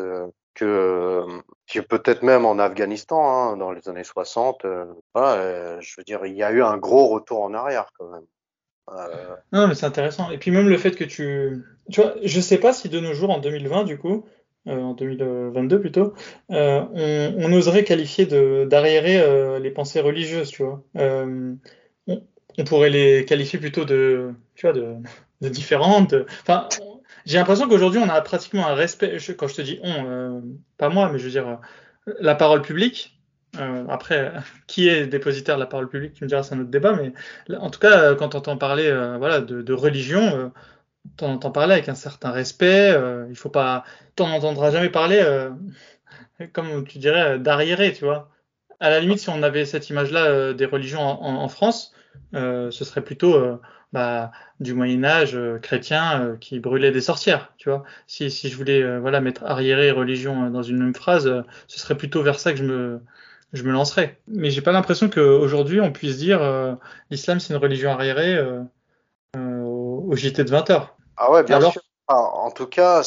Speaker 2: que peut-être même en Afghanistan, hein, dans les années 60. Voilà, je veux dire, il y a eu un gros retour en arrière quand même.
Speaker 3: Non, mais c'est intéressant. Et puis même le fait que tu vois, je sais pas si de nos jours, en 2020, du coup, en 2022 plutôt, on oserait qualifier d'arriérés les pensées religieuses, tu vois. On, on pourrait les qualifier plutôt tu vois, de différentes. Enfin, j'ai l'impression qu'aujourd'hui, on a pratiquement un respect. Quand je te dis on, pas moi, mais je veux dire la parole publique. Après, qui est dépositaire de la parole publique, tu me diras, c'est un autre débat, mais en tout cas, quand tu entends parler voilà, de religion, tu en entends parler avec un certain respect. Il faut pas, t'en entendras jamais parler, comme tu dirais, d'arriéré, tu vois. À la limite, si on avait cette image-là des religions en France, ce serait plutôt bah, du Moyen Âge chrétien qui brûlait des sorcières, tu vois. Si je voulais voilà, mettre arriéré et religion dans une même phrase, ce serait plutôt vers ça que je me lancerais. Mais j'ai pas l'impression qu'aujourd'hui on puisse dire l'islam c'est une religion arriérée au JT de 20 heures.
Speaker 2: Ah ouais, bien
Speaker 3: Alors,
Speaker 2: sûr. En tout cas,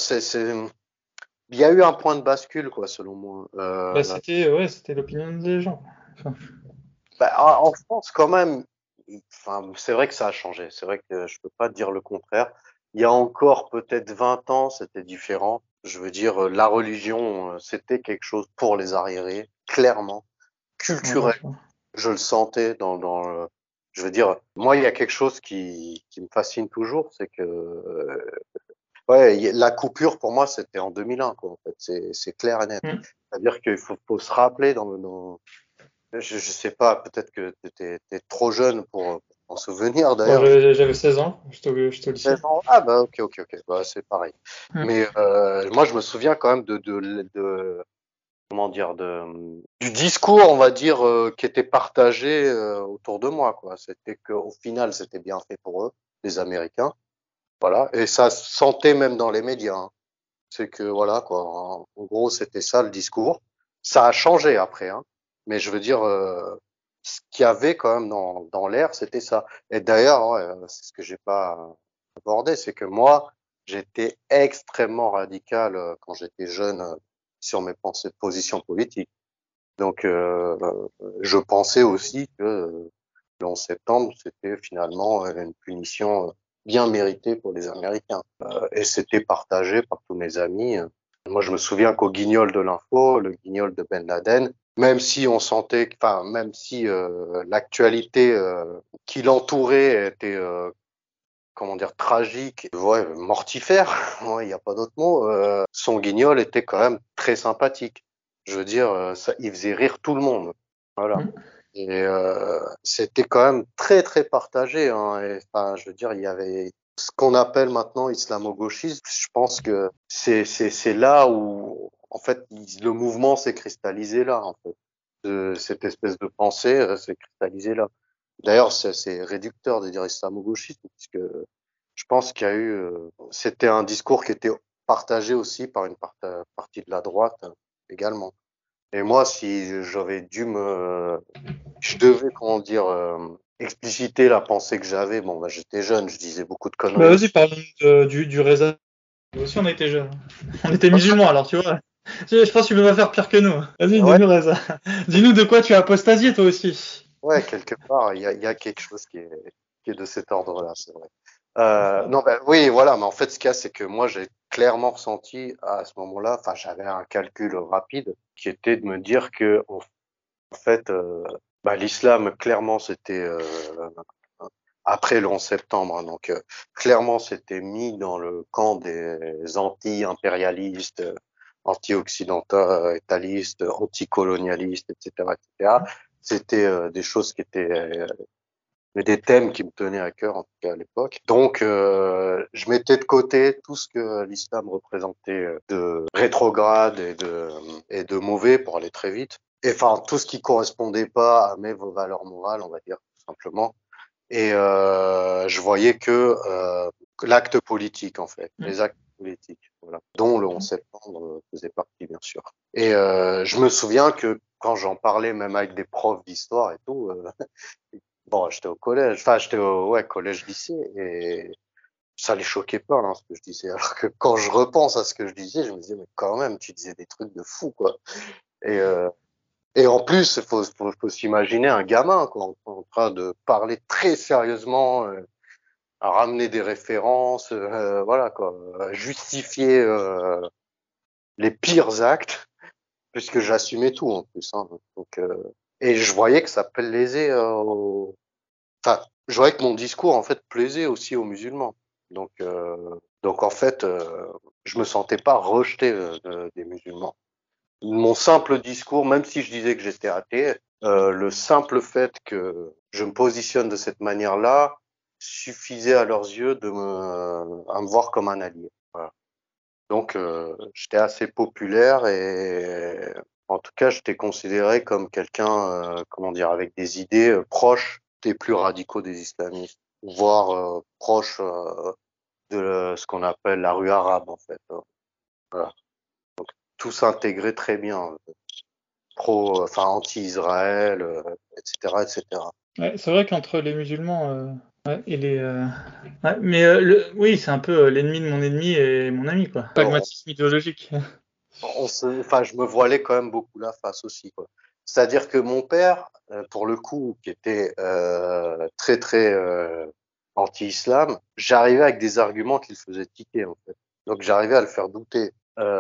Speaker 2: il y a eu un point de bascule, quoi, selon moi.
Speaker 3: bah, c'était l'opinion des gens. Enfin,
Speaker 2: Bah, en France, quand même, enfin, c'est vrai que ça a changé. C'est vrai que je peux pas dire le contraire. Il y a encore peut-être 20 ans, c'était différent. Je veux dire, la religion, c'était quelque chose pour les arriérés, clairement,
Speaker 3: voilà,
Speaker 2: culturel.
Speaker 3: tu vois.
Speaker 2: Je le sentais je veux dire, moi, il y a quelque chose qui me fascine toujours, c'est que, ouais, la coupure pour moi, c'était en 2001, quoi. En fait, c'est clair et net.
Speaker 3: Mm.
Speaker 2: C'est-à-dire qu'il faut se rappeler je sais pas, peut-être que t'es trop jeune pour en souvenir
Speaker 3: Bon,
Speaker 2: d'ailleurs.
Speaker 3: j'avais 16 ans, j'étais au lycée.
Speaker 2: 16 ans. Ah bah ok, bah c'est pareil.
Speaker 3: Mm.
Speaker 2: Mais moi je me souviens quand même comment dire du discours, on va dire, qui était partagé autour de moi, quoi. C'était qu'au final c'était bien fait pour eux, les Américains, voilà. Et ça se sentait même dans les médias, hein. C'est que voilà quoi. En gros c'était ça le discours. Ça a changé après, hein. Mais je veux dire. Ce qu'il y avait quand même dans l'air, c'était ça. Et d'ailleurs, ouais, c'est ce que j'ai pas abordé, c'est que moi, j'étais extrêmement radical quand j'étais jeune sur mes pensées, positions politiques. Donc, je pensais aussi que le 11 septembre, c'était finalement une punition bien méritée pour les Américains. Et c'était partagé par tous mes amis. Moi, je me souviens qu'au Guignol de l'info, le Guignol de Ben Laden, même si on sentait, enfin, même si l'actualité qui l'entourait était, comment dire, tragique, ouais, mortifère, il n'y a pas d'autre mot, son Guignol était quand même très sympathique. Je veux dire, ça, il faisait rire tout le monde. Voilà.
Speaker 3: Mm.
Speaker 2: Et c'était quand même très très partagé, hein. Et, enfin, je veux dire, il y avait ce qu'on appelle maintenant islamo-gauchisme. Je pense que c'est là où en fait le mouvement s'est cristallisé là en fait. Cette espèce de pensée s'est cristallisée là. D'ailleurs, c'est réducteur de dire islamo-gauchisme puisque je pense qu'il y a eu c'était un discours qui était partagé aussi par une partie de la droite également. Et moi, si j'avais dû je devais, comment dire, expliciter la pensée que j'avais. Bon, bah, j'étais jeune, je disais beaucoup de
Speaker 3: Bah,
Speaker 2: conneries.
Speaker 3: vas-y, parlons du raisin. Nous aussi, on a été jeunes. On était musulmans, alors tu vois. Je pense que tu peux pas faire pire que nous. Vas-y,
Speaker 2: Ouais,
Speaker 3: dis-nous, Reza. Dis-nous de quoi tu as apostasié, toi aussi.
Speaker 2: ouais, quelque part, il y a quelque chose qui est de cet ordre-là, c'est vrai. Non, ben oui, voilà, mais en fait, ce qu'il y a, c'est que moi, j'ai clairement ressenti à ce moment-là, enfin, j'avais un calcul rapide qui était de me dire que, en fait, bah, l'islam, clairement, c'était après le 11 septembre, hein, donc clairement, c'était mis dans le camp des anti-impérialistes, anti-occidentalistes, anticolonialistes, etc., etc. C'était des choses qui étaient mais des thèmes qui me tenaient à cœur, en tout cas à l'époque. Donc, je mettais de côté tout ce que l'islam représentait de rétrograde et de mauvais, pour aller très vite. et enfin tout ce qui correspondait pas à mes valeurs morales, on va dire tout simplement. Et je voyais que l'acte politique en fait, les actes politiques, voilà, dont le 11 septembre faisait partie bien sûr. Et je me souviens que quand j'en parlais même avec des profs d'histoire et tout, bon, j'étais au collège, enfin j'étais au ouais, collège lycée et ça les choquait pas hein, ce que je disais. Alors que quand je repense à ce que je disais, je me disais mais quand même tu disais des trucs de fou quoi. Et et en plus, faut s'imaginer un gamin quoi, en train de parler très sérieusement, à ramener des références, voilà quoi, à justifier les pires actes, puisque j'assumais tout en plus. Hein, donc, et je voyais que ça plaisait enfin, je voyais que mon discours en fait plaisait aussi aux musulmans. Donc en fait, je me sentais pas rejeté des musulmans. Mon simple discours, même si je disais que j'étais athée, le simple fait que je me positionne de cette manière-là suffisait à leurs yeux à me voir comme un allié. Voilà. Donc, j'étais assez populaire et en tout cas, j'étais considéré comme quelqu'un, comment dire, avec des idées proches des plus radicaux des islamistes, voire proches de ce qu'on appelle la rue arabe, en fait. Voilà. Donc, tout s'intégrait très bien. Enfin anti-Israël, etc., etc.
Speaker 3: Ouais, c'est vrai qu'entre les musulmans ouais, et les. Ouais, mais oui, c'est un peu l'ennemi de mon ennemi et mon ami, quoi.
Speaker 2: Alors,
Speaker 3: Pragmatisme idéologique.
Speaker 2: enfin, je me voilais quand même beaucoup la face aussi, quoi. C'est-à-dire que mon père, pour le coup, qui était très très anti-islam, j'arrivais avec des arguments qui le faisaient tiquer en fait. Donc j'arrivais à le faire douter.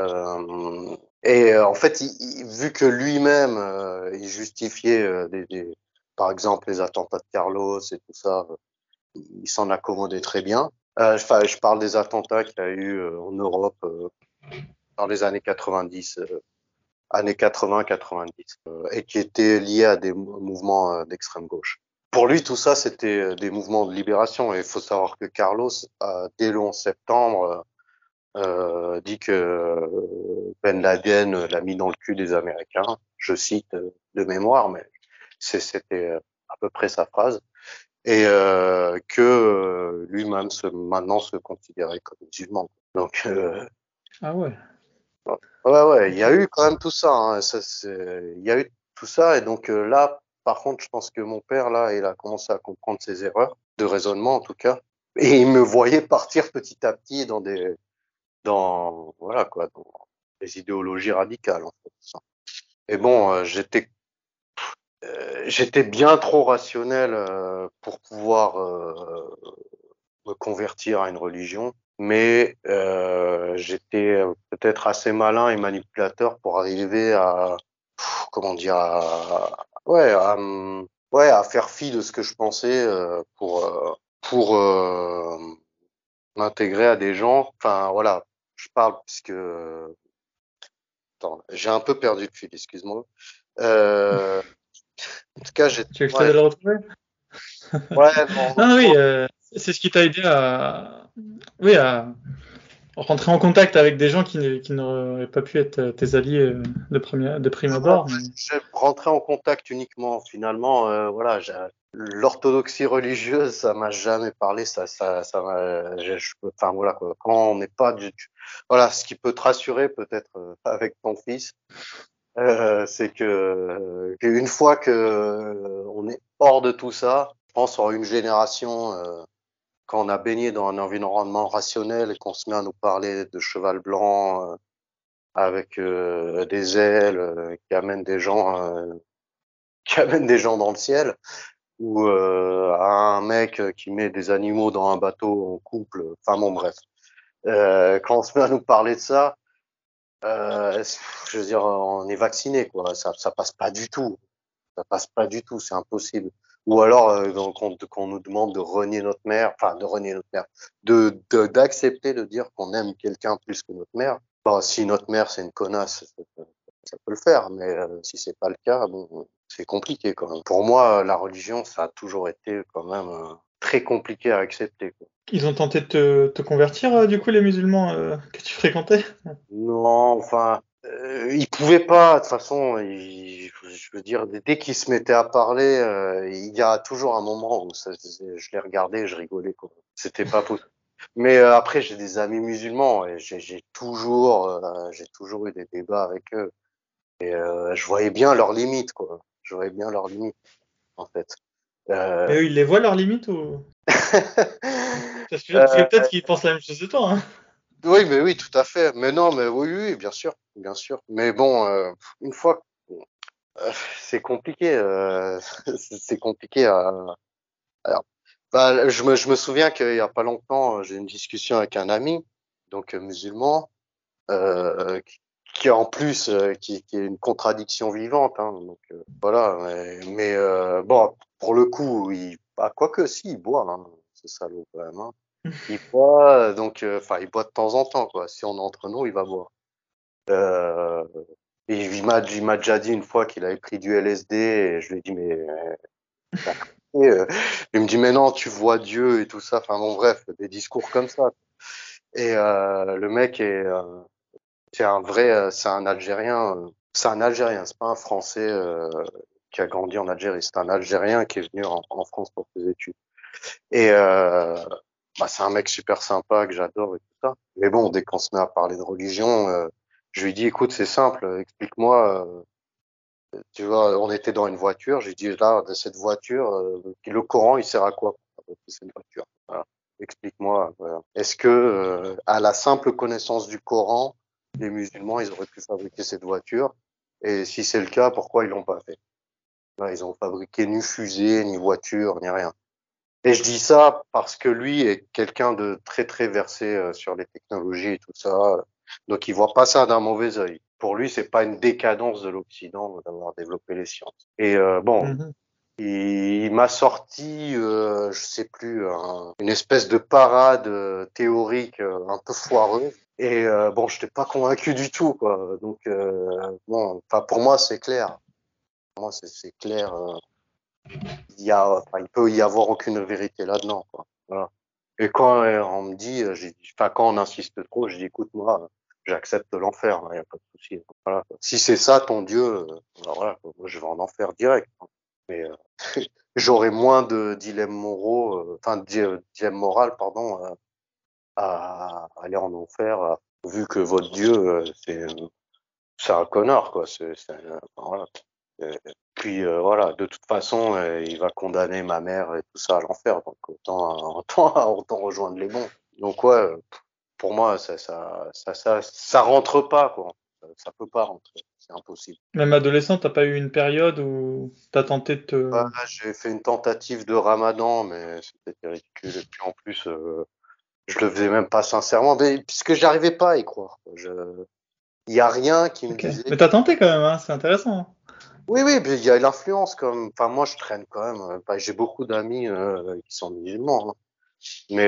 Speaker 2: Et en fait, vu que lui-même, il justifiait par exemple les attentats de Carlos et tout ça, il s'en accommodait très bien. Enfin, je parle des attentats qu'il y a eu en Europe dans les années 90, années 80-90, et qui étaient liés à des mouvements d'extrême gauche. Pour lui, tout ça, c'était des mouvements de libération. Et il faut savoir que Carlos, dès le 11 septembre, dit que Ben Laden l'a mis dans le cul des Américains. Je cite de mémoire, mais c'était à peu près sa phrase. Et que lui-même maintenant se considérait comme musulman. Donc,
Speaker 3: Ah ouais.
Speaker 2: ouais, il y
Speaker 3: Ok.
Speaker 2: a eu quand même tout ça. Hein. Il y a eu tout ça. Et donc là, par contre, je pense que mon père, là, il a commencé à comprendre ses erreurs de raisonnement, en tout cas. Et il me voyait partir petit à petit voilà quoi, dans les idéologies radicales, en fait. Ça. Et bon, j'étais bien trop rationnel pour pouvoir me convertir à une religion, mais j'étais peut-être assez malin et manipulateur pour arriver à, comment dire, ouais, à faire fi de ce que je pensais pour m'intégrer à des gens. Enfin, voilà, je parle puisque, attends, j'ai un peu perdu le fil, excuse-moi. En tout cas,
Speaker 3: Tu veux que je t'aide à le retrouver?
Speaker 2: ouais, non,
Speaker 3: Ah oui, c'est ce qui t'a aidé à, oui, à rentrer en contact avec des gens qui n'auraient pas pu être tes alliés de prime
Speaker 2: non,
Speaker 3: abord. Mais...
Speaker 2: je rentrais en contact uniquement. Finalement, voilà, l'orthodoxie religieuse, ça m'a jamais parlé. Ça m'a. Enfin voilà quoi. Quand on n'est pas voilà, ce qui peut te rassurer peut-être avec ton fils, c'est que qu'une fois que on est hors de tout ça, je pense en une génération, quand on a baigné dans un environnement rationnel et qu'on se met à nous parler de cheval blanc. Avec des ailes qui amènent des gens qui amènent des gens dans le ciel ou à un mec qui met des animaux dans un bateau en couple, enfin bon bref, quand on se met à nous parler de ça, je veux dire on est vacciné quoi, ça passe pas du tout, ça passe pas du tout, c'est impossible. Ou alors qu'on nous demande de renier notre mère, enfin de renier notre mère, d'accepter de dire qu'on aime quelqu'un plus que notre mère. Bon, si notre mère c'est une connasse, ça peut le faire, mais si c'est pas le cas, bon, c'est compliqué quand même. Pour moi, la religion, ça a toujours été quand même très compliqué à accepter, quoi.
Speaker 3: Ils ont tenté de te convertir, du coup, les musulmans que tu fréquentais?
Speaker 2: Non, enfin, il pouvait pas, de toute façon, je veux dire, dès qu'il se mettait à parler, il y a toujours un moment où je l'ai regardé, je rigolais, quoi. C'était pas possible. Mais après, j'ai des amis musulmans et j'ai toujours eu des débats avec eux. Et je voyais bien leurs limites, quoi. Je voyais bien leurs limites, en fait.
Speaker 3: Mais
Speaker 2: Euh,
Speaker 3: eux, ils les voient leurs limites ou? Parce que
Speaker 2: euh,
Speaker 3: peut-être qu'ils pensent la même chose de toi, hein.
Speaker 2: oui, mais oui, tout à fait. Mais non, mais oui, oui, bien sûr, bien sûr. Mais bon, une fois, c'est compliqué. C'est compliqué alors, bah, je me souviens qu'il y a pas longtemps, j'ai eu une discussion avec un ami, donc musulman, qui en plus, qui est une contradiction vivante. Hein, donc voilà. Mais bon, pour le coup, quoique si, il boit. Hein, c'est salaud quand même. Hein. Il boit, donc, enfin, il boit de temps en temps, quoi. Si on est entre nous, il va boire. Euh, et il m'a déjà dit une fois qu'il avait pris du LSD et je lui ai dit, mais t'as craqué, il me dit, mais non, tu vois Dieu et tout ça. Enfin bon, bref, des discours comme ça. Et le mec c'est un Algérien. C'est un Algérien, c'est pas un Français qui a grandi en Algérie. C'est un Algérien qui est venu en France pour ses études. Et bah, c'est un mec super sympa que j'adore et tout ça. Mais bon, dès qu'on se met à parler de religion, je lui dis, écoute, c'est simple, explique-moi. Tu vois, on était dans une voiture. J'ai dit, là, de cette voiture, le Coran, il sert à quoi pour fabriquer cette voiture? Voilà. Explique-moi. Voilà. Est-ce que, à la simple connaissance du Coran, les musulmans, ils auraient pu fabriquer cette voiture? Et si c'est le cas, pourquoi ils l'ont pas fait? Là, ils ont fabriqué ni fusée, ni voiture, ni rien. Et je dis ça parce que lui est quelqu'un de très très versé sur les technologies et tout ça. Donc il voit pas ça d'un mauvais œil. Pour lui, c'est pas une décadence de l'Occident d'avoir développé les sciences. Et bon,
Speaker 3: Mhm.
Speaker 2: il m'a sorti, je sais plus, une espèce de parade théorique un peu foireuse. Et bon, je n'étais pas convaincu du tout, quoi. Donc bon, enfin pour moi c'est clair. Pour moi c'est clair. Il peut y avoir aucune vérité là-dedans, quoi. Voilà. Et quand on me dit, quand on insiste trop, je dis, écoute, moi, j'accepte l'enfer, il n'y a pas de souci. Voilà. Si c'est ça ton Dieu, alors voilà, moi, je vais en enfer direct. Mais j'aurai moins de dilemmes moraux, dilemme moral, pardon, à aller en enfer, vu que votre Dieu, c'est un connard, quoi. Voilà. Puis voilà, de toute façon, il va condamner ma mère et tout ça à l'enfer, donc autant rejoindre les bons. Donc ouais, pour moi, ça rentre pas, quoi. Ça peut pas rentrer, c'est impossible.
Speaker 3: Même adolescent, t'as pas eu une période où t'as tenté de
Speaker 2: Bah,
Speaker 3: te...
Speaker 2: j'ai fait une tentative de Ramadan, mais c'était ridicule. Et puis en plus, je le faisais même pas sincèrement, mais puisque j'arrivais pas à y croire. Il y a rien qui me
Speaker 3: Ok.
Speaker 2: disait.
Speaker 3: Mais t'as tenté quand même, hein, c'est intéressant, hein.
Speaker 2: Oui, oui, mais il y a l'influence comme. Enfin, moi, je traîne quand même. J'ai beaucoup d'amis qui sont musulmans, hein. Mais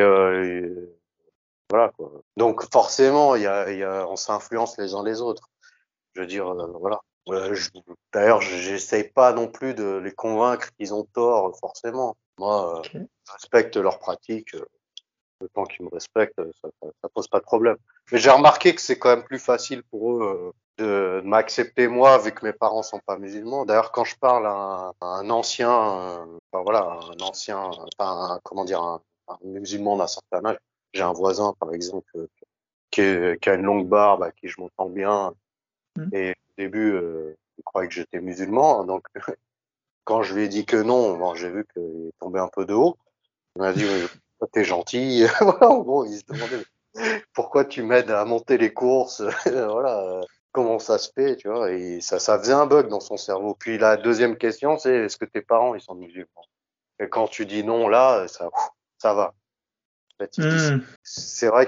Speaker 2: voilà quoi. Donc forcément, on s'influence les uns les autres. Je veux dire, voilà. D'ailleurs, j'essaye pas non plus de les convaincre qu'ils ont tort, forcément. Moi,
Speaker 3: Ok.
Speaker 2: je respecte leurs pratiques. Le temps qu'ils me respectent, ça pose pas de problème. Mais j'ai remarqué que c'est quand même plus facile pour eux de m'accepter moi, vu que mes parents sont pas musulmans. D'ailleurs, quand je parle à un ancien, enfin voilà, un ancien, enfin comment dire, un musulman d'un certain âge, j'ai un voisin par exemple qui a une longue barbe, à qui je m'entends bien,
Speaker 3: Hmm.
Speaker 2: et au début, il croyait que j'étais musulman, donc quand je lui ai dit que non, bon, j'ai vu qu'il est tombé un peu de haut. Il m'a dit, oui, t'es gentil. Voilà, en gros, il se demandait pourquoi tu m'aides à monter les courses. Voilà, comment ça se fait, tu vois. Et ça faisait un bug dans son cerveau. Puis la deuxième question, c'est est-ce que tes parents, ils sont musulmans? Et quand tu dis non, là, ça va. En fait, il dit,
Speaker 3: Hmm.
Speaker 2: c'est vrai que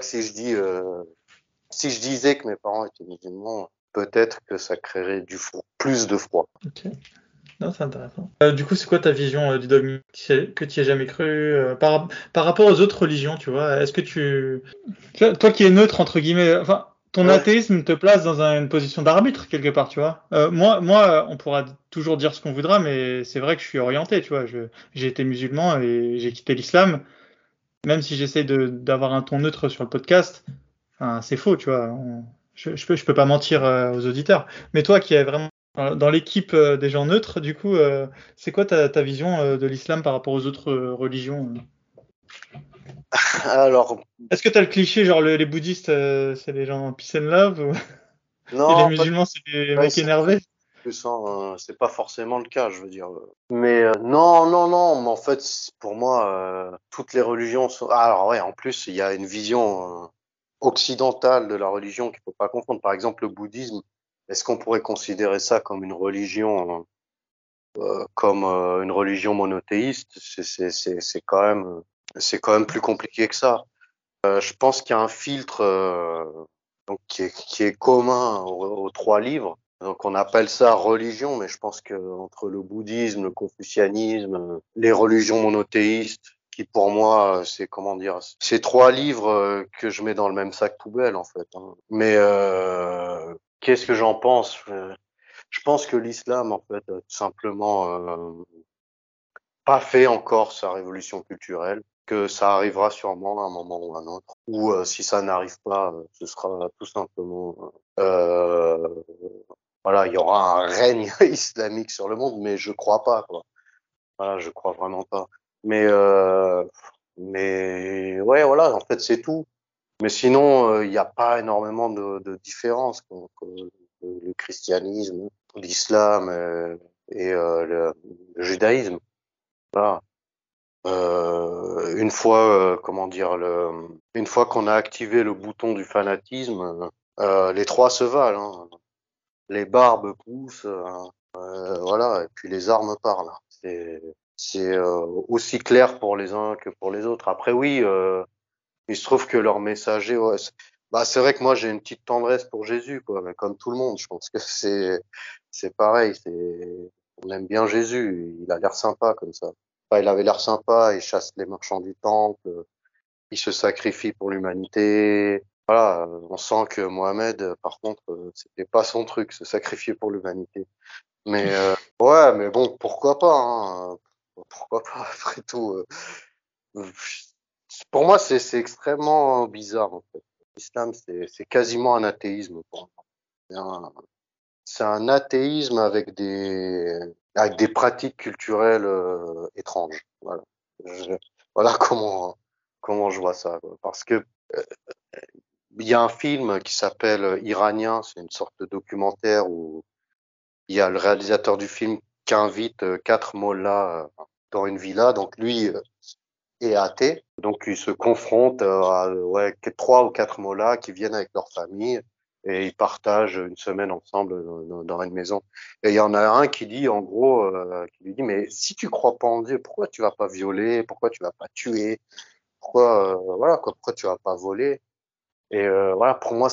Speaker 2: si je disais que mes parents étaient musulmans, peut-être que ça créerait plus de froid.
Speaker 3: Ok. Non, c'est intéressant. Du coup, c'est quoi ta vision du dogme que tu y as jamais cru par rapport aux autres religions, tu vois? Est-ce que toi qui es neutre entre guillemets, enfin, ton
Speaker 2: Ouais.
Speaker 3: athéisme te place dans une position d'arbitre quelque part, tu vois? On pourra toujours dire ce qu'on voudra, mais c'est vrai que je suis orienté, tu vois? J'ai été musulman et j'ai quitté l'islam, même si j'essaie d'avoir un ton neutre sur le podcast. Enfin, c'est faux, tu vois. je peux pas mentir aux auditeurs. Mais toi qui es vraiment dans l'équipe des gens neutres, du coup, c'est quoi ta vision de l'islam par rapport aux autres religions?
Speaker 2: Alors,
Speaker 3: Est-ce que tu as le cliché, genre les bouddhistes, c'est les gens peace and love, et les
Speaker 2: non, pas
Speaker 3: musulmans, c'est les
Speaker 2: ouais,
Speaker 3: mecs
Speaker 2: c'est
Speaker 3: énervés?
Speaker 2: plus, hein, c'est pas forcément le cas, je veux dire. Mais non, non, non, mais en fait, pour moi, toutes les religions sont. Ah, alors ouais, en plus, il y a une vision occidentale de la religion qu'il faut pas confondre. Par exemple, le bouddhisme, est-ce qu'on pourrait considérer ça comme une religion, comme une religion monothéiste? C'est quand même plus compliqué que ça. Je pense qu'il y a un filtre donc qui est commun aux trois livres. Donc on appelle ça religion, mais je pense que entre le bouddhisme, le confucianisme, les religions monothéistes, qui pour moi c'est comment dire, c'est trois livres que je mets dans le même sac poubelle en fait. Hein. Mais qu'est-ce que j'en pense? Je pense que l'islam en fait a tout simplement pas fait encore sa révolution culturelle, que ça arrivera sûrement à un moment ou à un autre, ou si ça n'arrive pas, ce sera tout simplement, voilà, il y aura un règne islamique sur le monde, mais je crois pas, quoi. Voilà, je crois vraiment pas. Mais ouais, voilà, en fait, c'est tout. Mais sinon, il n'y a pas énormément de différences entre le christianisme, l'islam et le judaïsme. Voilà. Une fois, comment dire, une fois qu'on a activé le bouton du fanatisme, les trois se valent. Hein. Les barbes poussent, voilà, et puis les armes parlent. C'est aussi clair pour les uns que pour les autres. Après, oui, il se trouve que leur messager, ouais, bah c'est vrai que moi j'ai une petite tendresse pour Jésus, quoi, mais comme tout le monde, je pense que c'est pareil. On aime bien Jésus. Il a l'air sympa comme ça. Enfin, il avait l'air sympa, il chasse les marchands du temple, il se sacrifie pour l'humanité. Voilà, on sent que Mohamed, par contre, c'était pas son truc, se sacrifier pour l'humanité. Mais ouais, mais bon, pourquoi pas, hein, pourquoi pas, après tout. Pour moi, c'est extrêmement bizarre, en fait. L'islam, c'est quasiment un athéisme pour moi. C'est un athéisme avec des pratiques culturelles étranges. Voilà. Voilà comment je vois ça. Quoi. Parce que il y a un film qui s'appelle Iranien, c'est une sorte de documentaire où il y a le réalisateur du film qui invite quatre mollahs dans une villa. Donc lui est athée, donc ils se confrontent à ouais, trois ou quatre mollahs qui viennent avec leur famille et ils partagent une semaine ensemble dans une maison. Et il y en a un qui dit en gros, qui lui dit mais si tu crois pas en Dieu, pourquoi tu vas pas violer, pourquoi tu vas pas tuer, pourquoi voilà quoi, pourquoi tu vas pas voler? Et voilà pour moi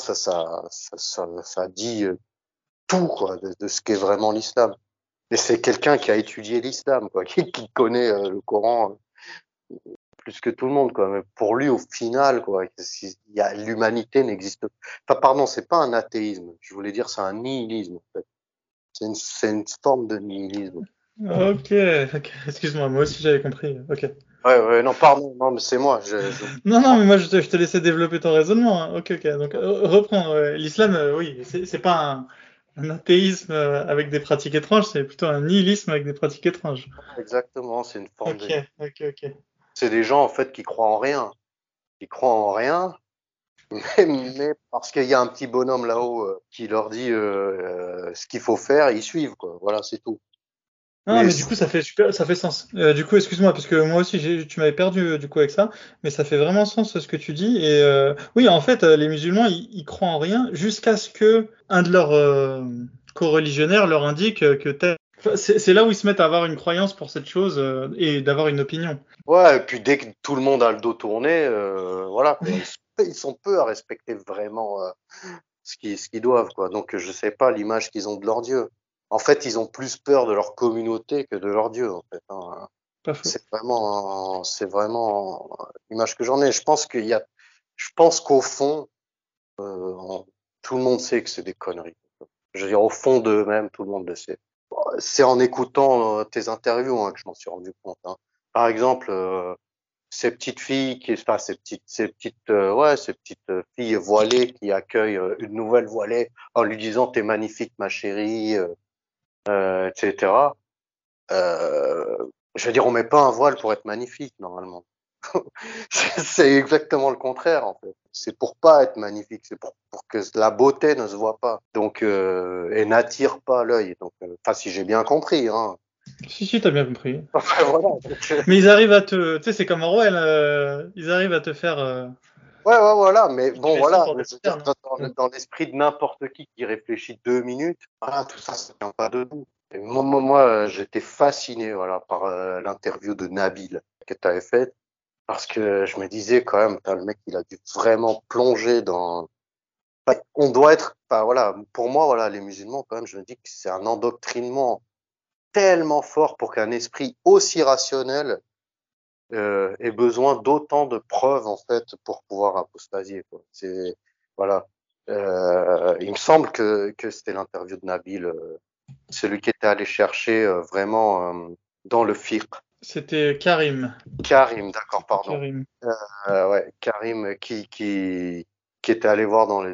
Speaker 2: ça dit tout quoi de ce qu'est vraiment l'islam. Et c'est quelqu'un qui a étudié l'islam quoi, qui connaît le Coran plus que tout le monde, quoi. Mais pour lui, au final, quoi, l'humanité n'existe pas. Enfin, pardon, c'est pas un athéisme. Je voulais dire, c'est un nihilisme, en fait. C'est une forme de nihilisme.
Speaker 3: Ok, ok. Excuse-moi, moi aussi j'avais compris. Ok.
Speaker 2: Ouais, ouais, non, pardon, non, mais c'est moi.
Speaker 3: Non, non, mais moi je te laissais développer ton raisonnement. Hein. Ok, ok. Donc reprends. L'islam, oui, c'est pas un athéisme avec des pratiques étranges, c'est plutôt un nihilisme avec des pratiques étranges.
Speaker 2: Exactement, c'est une forme
Speaker 3: Ok,
Speaker 2: de.
Speaker 3: ok, ok.
Speaker 2: C'est des gens, en fait, qui croient en rien. Qui croient en rien, mais parce qu'il y a un petit bonhomme là-haut qui leur dit ce qu'il faut faire, ils suivent, quoi. Voilà, c'est tout.
Speaker 3: Non,
Speaker 2: Mais
Speaker 3: mais du coup, ça fait sens. Du coup, excuse-moi, parce que moi aussi, tu m'avais perdu du coup avec ça, mais ça fait vraiment sens ce que tu dis. Et oui, en fait, les musulmans, ils croient en rien jusqu'à ce que un de leurs co-religionnaires leur indique que tel. Enfin, c'est là où ils se mettent à avoir une croyance pour cette chose et d'avoir une opinion.
Speaker 2: ouais, et puis dès que tout le monde a le dos tourné, voilà quoi. Ils sont peu à respecter vraiment ce qu'ils doivent quoi. Donc je sais pas l'image qu'ils ont de leur Dieu. En fait, ils ont plus peur de leur communauté que de leur Dieu en fait. Hein.
Speaker 3: Pas faux.
Speaker 2: C'est vraiment l'image que j'en ai. Je pense qu'au fond, tout le monde sait que c'est des conneries. Je veux dire, au fond d'eux-mêmes, tout le monde le sait. C'est en écoutant tes interviews hein, que je m'en suis rendu compte. Hein. Par exemple. ces petites filles ces petites filles voilées qui accueillent une nouvelle voilée en lui disant t'es magnifique ma chérie, etc. Euh, je veux dire, on met pas un voile pour être magnifique normalement. C'est exactement le contraire en fait. C'est pour pas être magnifique, c'est pour que la beauté ne se voit pas, donc et n'attire pas l'œil. Donc, enfin, si j'ai bien compris, hein.
Speaker 3: Si, t'as bien compris.
Speaker 2: Enfin, voilà.
Speaker 3: Mais ils arrivent à te, tu sais, c'est comme Orwell, ils arrivent à te faire
Speaker 2: Ouais, voilà. Mais bon,
Speaker 3: récit
Speaker 2: voilà.
Speaker 3: pour
Speaker 2: Je
Speaker 3: des
Speaker 2: veux dire,
Speaker 3: patterns.
Speaker 2: dans l'esprit de n'importe qui réfléchit 2 minutes, voilà, tout ça, ça tient pas debout. Et moi, j'étais fasciné, voilà, par l'interview de Nabil que tu avais faite. Parce que je me disais quand même, putain, le mec, il a dû vraiment plonger dans. Enfin, on doit être. Enfin, voilà, pour moi, voilà, les musulmans, quand même, je me dis que c'est un endoctrinement tellement fort pour qu'un esprit aussi rationnel ait besoin d'autant de preuves en fait pour pouvoir apostasier. Quoi. C'est voilà. Il me semble que c'était l'interview de Nabil, celui qui était allé chercher vraiment dans le fiqh.
Speaker 3: C'était Karim.
Speaker 2: Karim, d'accord, pardon.
Speaker 3: Karim.
Speaker 2: Ouais, Karim qui était allé voir dans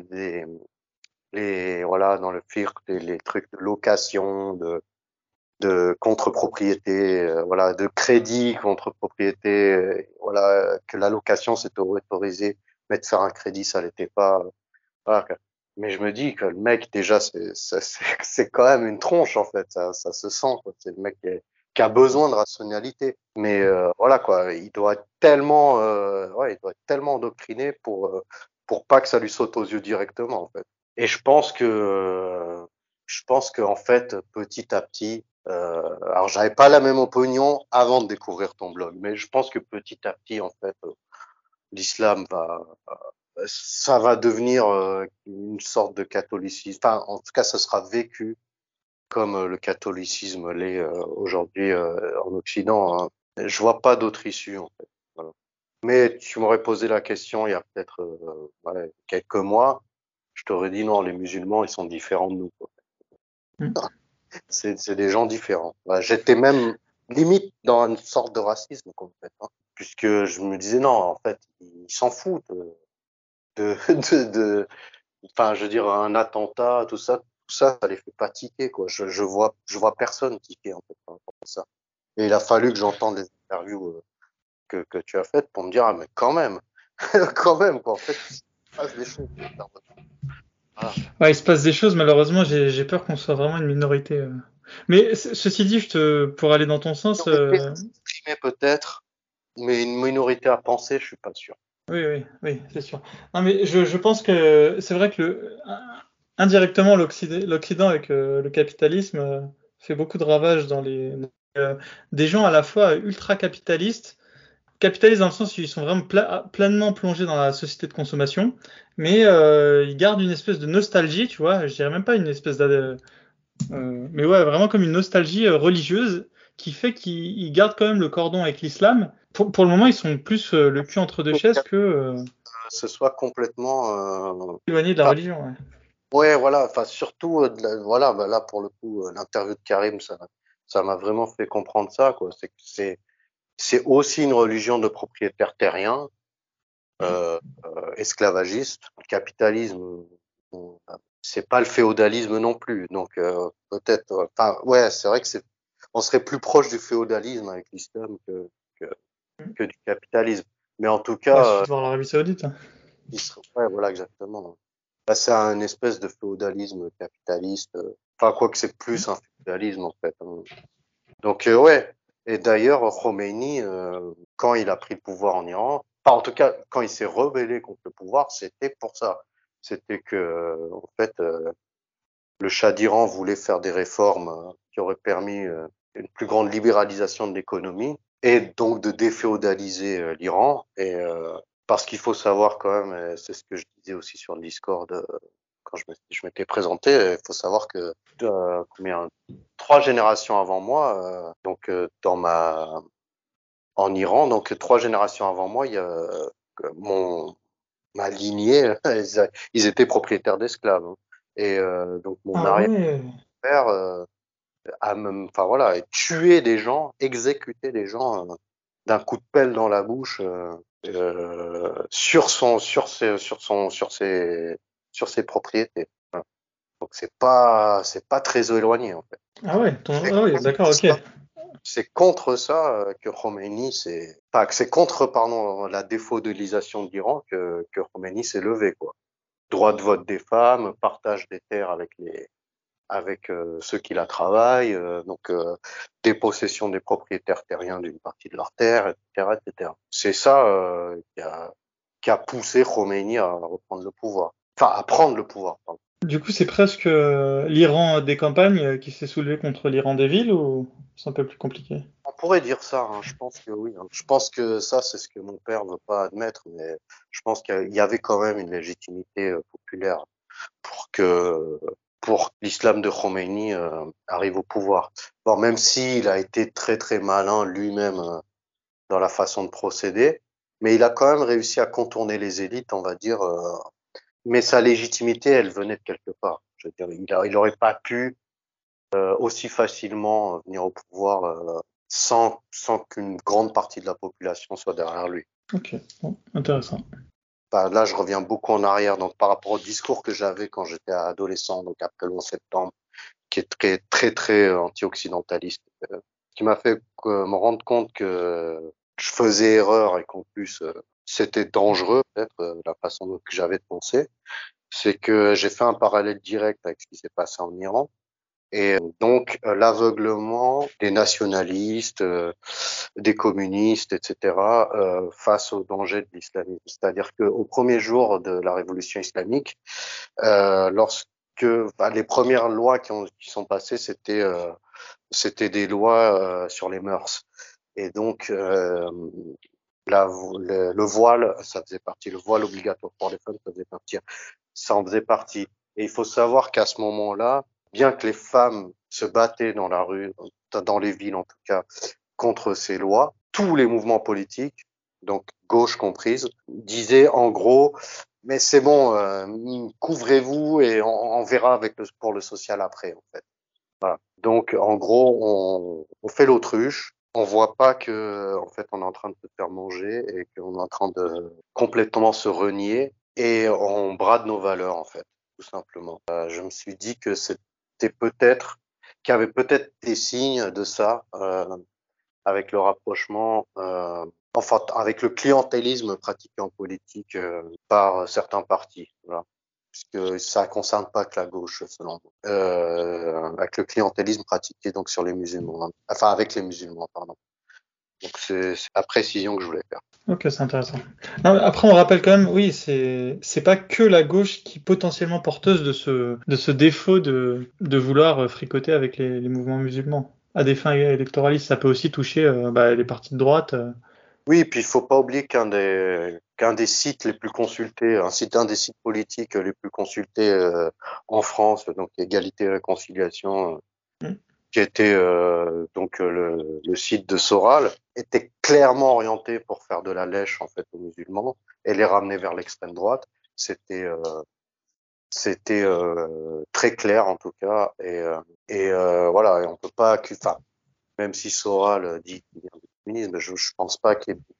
Speaker 2: voilà dans le fiqh les trucs de location, de contre-propriété, voilà, de crédit contre-propriété, voilà, que la location c'était autorisé, mais de faire un crédit ça l'était pas. Voilà. Mais je me dis que le mec déjà c'est quand même une tronche en fait, ça se sent quoi. C'est le mec qui a besoin de rationalité. Mais voilà quoi, il doit être tellement endoctriné pour pas que ça lui saute aux yeux directement en fait. Et je pense que en fait petit à petit, alors j'avais pas la même opinion avant de découvrir ton blog, mais je pense que petit à petit en fait l'islam ça va devenir une sorte de catholicisme. Enfin, en tout cas, ça sera vécu comme le catholicisme l'est aujourd'hui en Occident. Hein. Je vois pas d'autre issue en fait. Voilà. Mais tu m'aurais posé la question il y a peut-être quelques mois, je t'aurais dit non, les musulmans ils sont différents de nous. Quoi.
Speaker 3: Mm.
Speaker 2: C'est des gens différents. Voilà, j'étais même limite dans une sorte de racisme en fait, hein, puisque je me disais non, en fait ils s'en foutent de, de, enfin, je veux dire, un attentat, ça les fait pas tiquer, quoi. Je vois personne tiquer, en fait, par rapport à ça. Et il a fallu que j'entende les interviews que tu as faites pour me dire, ah, mais quand même, quand même, quoi. En fait, il se passe des choses. Voilà.
Speaker 3: Ouais, il se passe des choses, malheureusement, j'ai peur qu'on soit vraiment une minorité. Mais ceci dit, pour aller dans ton sens,
Speaker 2: Une minorité à s'exprimer peut-être, mais une minorité à penser, je suis pas sûr.
Speaker 3: oui, c'est sûr. Non, mais je pense que c'est vrai que indirectement, l'Occident avec le capitalisme fait beaucoup de ravages dans euh, des gens à la fois ultra capitalistes dans le sens où ils sont vraiment pleinement plongés dans la société de consommation, mais ils gardent une espèce de nostalgie, tu vois. Je dirais même pas une espèce mais ouais, vraiment comme une nostalgie religieuse qui fait qu'ils gardent quand même le cordon avec l'islam. Pour le moment, ils sont plus le cul entre deux chaises que
Speaker 2: Ce soit complètement,
Speaker 3: éloignés de la
Speaker 2: enfin,
Speaker 3: religion. Ouais.
Speaker 2: ouais, voilà, enfin, surtout, voilà, bah, là, pour le coup, l'interview de Karim, ça m'a vraiment fait comprendre ça, quoi. C'est aussi une religion de propriétaires terriens, esclavagistes. Le capitalisme, euh, c'est pas le féodalisme non plus. Donc peut-être, enfin ouais, c'est vrai que on serait plus proche du féodalisme avec l'islam que, que du capitalisme. Mais en tout
Speaker 3: Bah, il
Speaker 2: cas,
Speaker 3: suffit de voir l'Arabie Saoudite. Hein.
Speaker 2: ouais, voilà exactement. Là, c'est un espèce de féodalisme capitaliste. Enfin, quoi que c'est plus un féodalisme en fait. Hein. Donc ouais. Et d'ailleurs, Khomeini, quand il a pris le pouvoir en Iran, enfin, en tout cas, quand il s'est rebellé contre le pouvoir, c'était pour ça. C'était que, en fait, le Shah d'Iran voulait faire des réformes qui auraient permis une plus grande libéralisation de l'économie et donc de déféodaliser l'Iran. Et parce qu'il faut savoir quand même, c'est ce que je disais aussi sur le Discord quand je m'étais présenté, il faut savoir que combien 3 générations avant moi, donc en Iran, donc 3 générations avant moi, il y a ma lignée, ils étaient propriétaires d'esclaves. Hein. Et donc mon
Speaker 3: Ah ouais.
Speaker 2: arrière-père a même, enfin voilà, tué des gens, exécuté des gens d'un coup de pelle dans la bouche sur ses propriétés. Voilà. Donc c'est pas très éloigné en fait.
Speaker 3: Ah ouais,
Speaker 2: C'est
Speaker 3: ah oui, d'accord,
Speaker 2: contre
Speaker 3: ok.
Speaker 2: ça, c'est contre ça que Khomeini enfin, que c'est contre pardon la déféodalisation de l'Iran que Khomeini s'est levé quoi. Droit de vote des femmes, partage des terres avec ceux qui la travaillent, donc dépossession des propriétaires terriens d'une partie de leurs terres, etc., etc. C'est ça qui a poussé Khomeini à reprendre le pouvoir, enfin à prendre le pouvoir. Pardon.
Speaker 3: Du coup, c'est presque l'Iran des campagnes qui s'est soulevé contre l'Iran des villes ou c'est un peu plus compliqué?
Speaker 2: On pourrait dire ça, hein, je pense que oui. Hein. Je pense que ça, c'est ce que mon père veut pas admettre, mais je pense qu'il y avait quand même une légitimité populaire pour que pour l'islam de Khomeini arrive au pouvoir. Bon, même s'il a été très très malin lui-même dans la façon de procéder, mais il a quand même réussi à contourner les élites, on va dire. Mais sa légitimité, elle venait de quelque part. Je veux dire, il aurait pas pu aussi facilement venir au pouvoir sans qu'une grande partie de la population soit derrière lui.
Speaker 3: Ok, bon, intéressant.
Speaker 2: Enfin, là, je reviens beaucoup en arrière, donc par rapport au discours que j'avais quand j'étais adolescent, donc après le 11 septembre, qui est très très très anti-occidentaliste, qui m'a fait me rendre compte que je faisais erreur et qu'en plus c'était dangereux peut-être la façon que j'avais de penser, c'est que j'ai fait un parallèle direct avec ce qui s'est passé en Iran. Et donc l'aveuglement des nationalistes, des communistes, etc., face au danger de l'islamisme. C'est-à-dire qu'au premier jour de la révolution islamique, lorsque les premières lois qui sont passées, c'était des lois sur les mœurs. Et donc le voile, ça faisait partie. Le voile obligatoire pour les femmes, ça en faisait partie. Et il faut savoir qu'à ce moment-là, bien que les femmes se battaient dans la rue, dans les villes en tout cas, contre ces lois, tous les mouvements politiques, donc gauche comprise, disaient en gros, mais c'est bon, couvrez-vous et on verra pour le social après, en fait. Voilà. Donc, en gros, on fait l'autruche. On voit pas que, en fait, on est en train de se faire manger et qu'on est en train de complètement se renier et on brade nos valeurs, en fait, tout simplement. Je me suis dit que qu'il y avait peut-être des signes de ça, avec le rapprochement, enfin, avec le clientélisme pratiqué en politique, par certains partis. Voilà. Puisque ça concerne pas que la gauche, selon moi. Avec le clientélisme pratiqué donc sur les musulmans, hein. Enfin avec les musulmans, pardon. Donc c'est la précision que je voulais faire.
Speaker 3: Ok, c'est intéressant. Non, mais après, on rappelle quand même, oui, c'est pas que la gauche qui est potentiellement porteuse de ce défaut de vouloir fricoter avec les mouvements musulmans. À des fins électoralistes, ça peut aussi toucher les partis de droite.
Speaker 2: Oui, puis il faut pas oublier qu'un des sites les plus consultés, un des sites politiques les plus consultés en France, donc Égalité et Réconciliation,
Speaker 3: Hmm.
Speaker 2: qui était le site de Soral, était clairement orienté pour faire de la lèche en fait aux musulmans et les ramener vers l'extrême droite. C'était très clair en tout cas voilà, et on peut pas enfin même si Soral dit qu'il vient du communisme, je pense pas qu'il y ait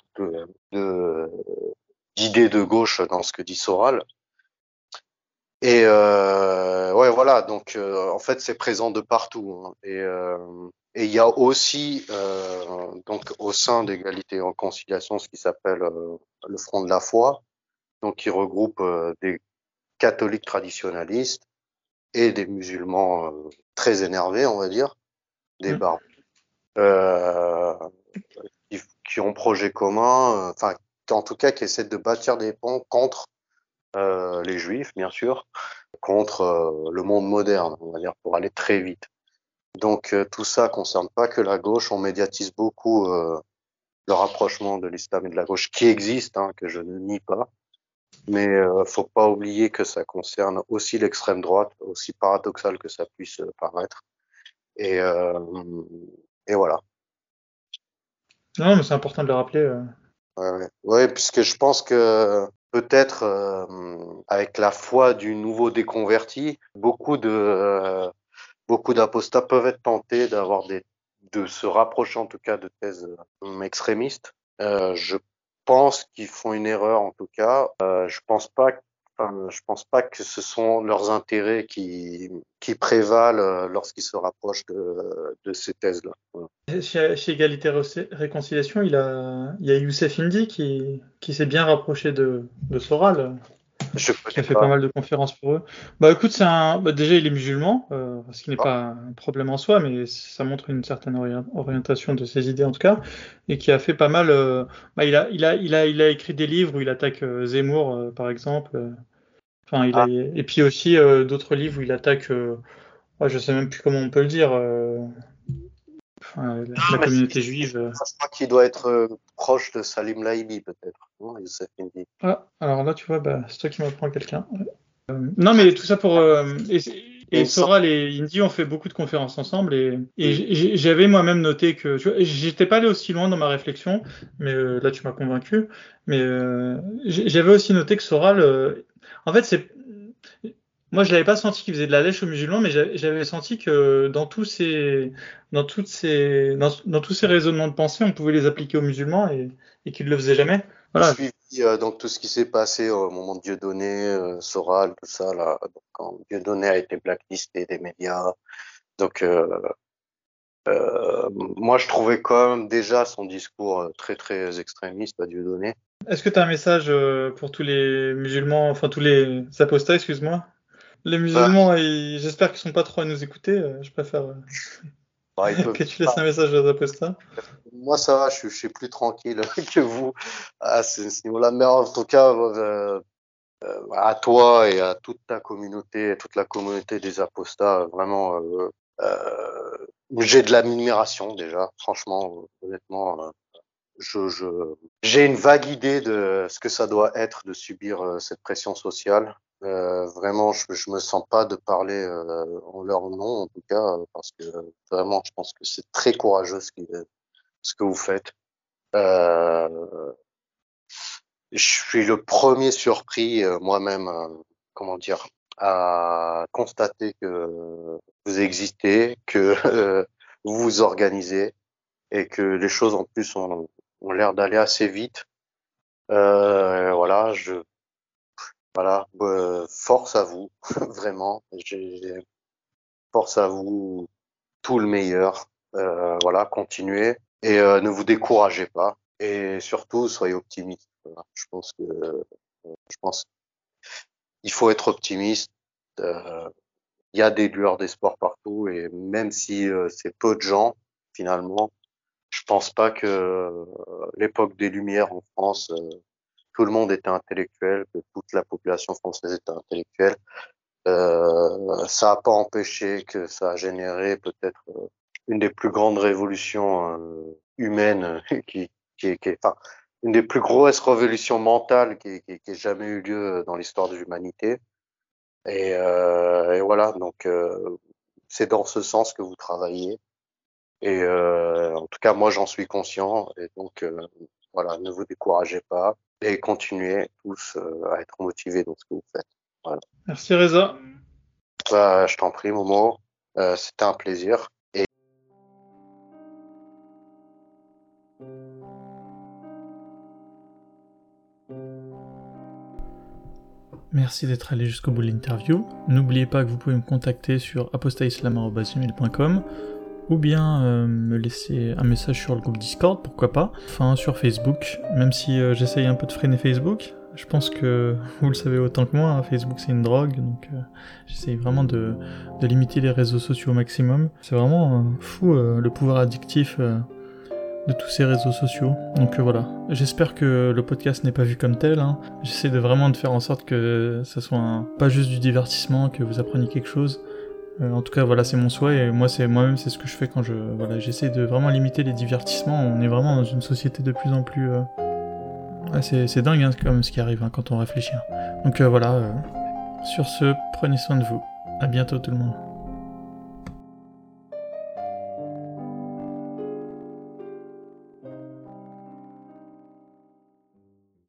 Speaker 2: d'idées de gauche dans ce que dit Soral. Et ouais, voilà. Donc, en fait, c'est présent de partout. Hein. Et il y a aussi, donc, au sein d'Égalité et Réconciliation, ce qui s'appelle le Front de la foi, donc qui regroupe des catholiques traditionalistes et des musulmans très énervés, on va dire, des
Speaker 3: Hmm.
Speaker 2: barbes, euh, qui ont projet commun, enfin, en tout cas, qui essaient de bâtir des ponts contre les juifs, bien sûr, contre le monde moderne, on va dire, pour aller très vite. Donc tout ça concerne pas que la gauche, on médiatise beaucoup le rapprochement de l'islam et de la gauche qui existe, hein, que je ne nie pas, mais faut pas oublier que ça concerne aussi l'extrême droite, aussi paradoxal que ça puisse paraître. Et, euh, et voilà.
Speaker 3: Non, mais c'est important de le rappeler.
Speaker 2: Ouais, puisque je pense que peut-être avec la foi du nouveau déconverti, beaucoup d'apostats peuvent être tentés de se rapprocher en tout cas de thèses extrémistes. Je pense qu'ils font une erreur en tout cas. Je pense pas que ce sont leurs intérêts qui prévalent lorsqu'ils se rapprochent de ces thèses-là. Voilà.
Speaker 3: Chez Égalité Réconciliation, il y a Youssef Indy qui s'est bien rapproché de Soral, qui a fait pas mal de conférences pour eux. Bah écoute, déjà il est musulman, ce qui n'est pas un problème en soi, mais ça montre une certaine orientation de ses idées en tout cas, et qui a fait pas mal. Il a écrit des livres où il attaque Zemmour, par exemple. Et puis aussi d'autres livres où il attaque. Je sais même plus comment on peut le dire. La communauté juive.
Speaker 2: Je crois qu'il doit être proche de Salim Laibi, peut-être, non, Youssef Indy.
Speaker 3: Ah, alors là, tu vois, c'est toi qui m'apprends quelqu'un. Non, mais tout ça pour... et Soral et Indy ont fait beaucoup de conférences ensemble, et j'avais moi-même noté que... Tu vois, j'étais pas allé aussi loin dans ma réflexion, mais là, tu m'as convaincu. Mais j'avais aussi noté que Soral... en fait, moi, je l'avais pas senti qu'il faisait de la lèche aux musulmans, mais j'avais senti que dans tous ces raisonnements de pensée, on pouvait les appliquer aux musulmans et qu'il le faisait jamais. Voilà.
Speaker 2: Suivi donc tout ce qui s'est passé au moment de Dieudonné, Soral, tout ça là, donc, quand Dieudonné a été blacklisté des médias. Donc moi, je trouvais quand même déjà son discours très très extrémiste à Dieudonné.
Speaker 3: Est-ce que tu as un message pour tous les musulmans, enfin tous les apostats, excuse-moi? Les musulmans, j'espère qu'ils sont pas trop à nous écouter. Je préfère que tu laisses un message aux apostats.
Speaker 2: Moi, ça va, je suis plus tranquille que vous à ce niveau-là. Mais en tout cas, à toi et à toute ta communauté, toute la communauté des apostats, vraiment, j'ai de l'admiration déjà. Franchement, honnêtement, j'ai une vague idée de ce que ça doit être de subir cette pression sociale. Vraiment, je me sens pas de parler en leur nom, en tout cas, parce que vraiment, je pense que c'est très courageux ce que vous faites. Je suis le premier surpris moi-même, à constater que vous existez, que vous vous organisez et que les choses en plus ont l'air d'aller assez vite. Voilà, force à vous, vraiment. Force à vous, tout le meilleur. Voilà, continuez et ne vous découragez pas et surtout soyez optimistes. Voilà. Je pense qu'il faut être optimiste. Il y a des lueurs d'espoir partout et même si c'est peu de gens finalement, je pense pas que l'époque des Lumières en France, tout le monde était intellectuel, que toute la population française était intellectuelle. Ça a pas empêché que ça a généré peut-être une des plus grandes révolutions humaines une des plus grosses révolutions mentales qui ait jamais eu lieu dans l'histoire de l'humanité. Et voilà, donc c'est dans ce sens que vous travaillez. Et en tout cas, moi, j'en suis conscient. Et donc, voilà, ne vous découragez pas et continuez tous à être motivés dans ce que vous faites. Voilà.
Speaker 3: Merci Reza.
Speaker 2: Je t'en prie, Momo. C'était un plaisir.
Speaker 1: Merci d'être allé jusqu'au bout de l'interview. N'oubliez pas que vous pouvez me contacter sur apostaislam@gmail.com ou bien me laisser un message sur le groupe Discord, pourquoi pas. Enfin, sur Facebook, même si j'essaye un peu de freiner Facebook. Je pense que vous le savez autant que moi, hein, Facebook c'est une drogue, donc j'essaye vraiment de limiter les réseaux sociaux au maximum. C'est vraiment fou le pouvoir addictif de tous ces réseaux sociaux. Donc voilà, j'espère que le podcast n'est pas vu comme tel. Hein. J'essaie vraiment de faire en sorte que ça soit pas juste du divertissement, que vous appreniez quelque chose. En tout cas, voilà, c'est mon souhait et moi-même c'est ce que je fais quand j'essaie de vraiment limiter les divertissements. On est vraiment dans une société de plus en plus... c'est dingue hein, comme ce qui arrive hein, quand on réfléchit. Donc voilà, sur ce, prenez soin de vous. À bientôt tout le monde.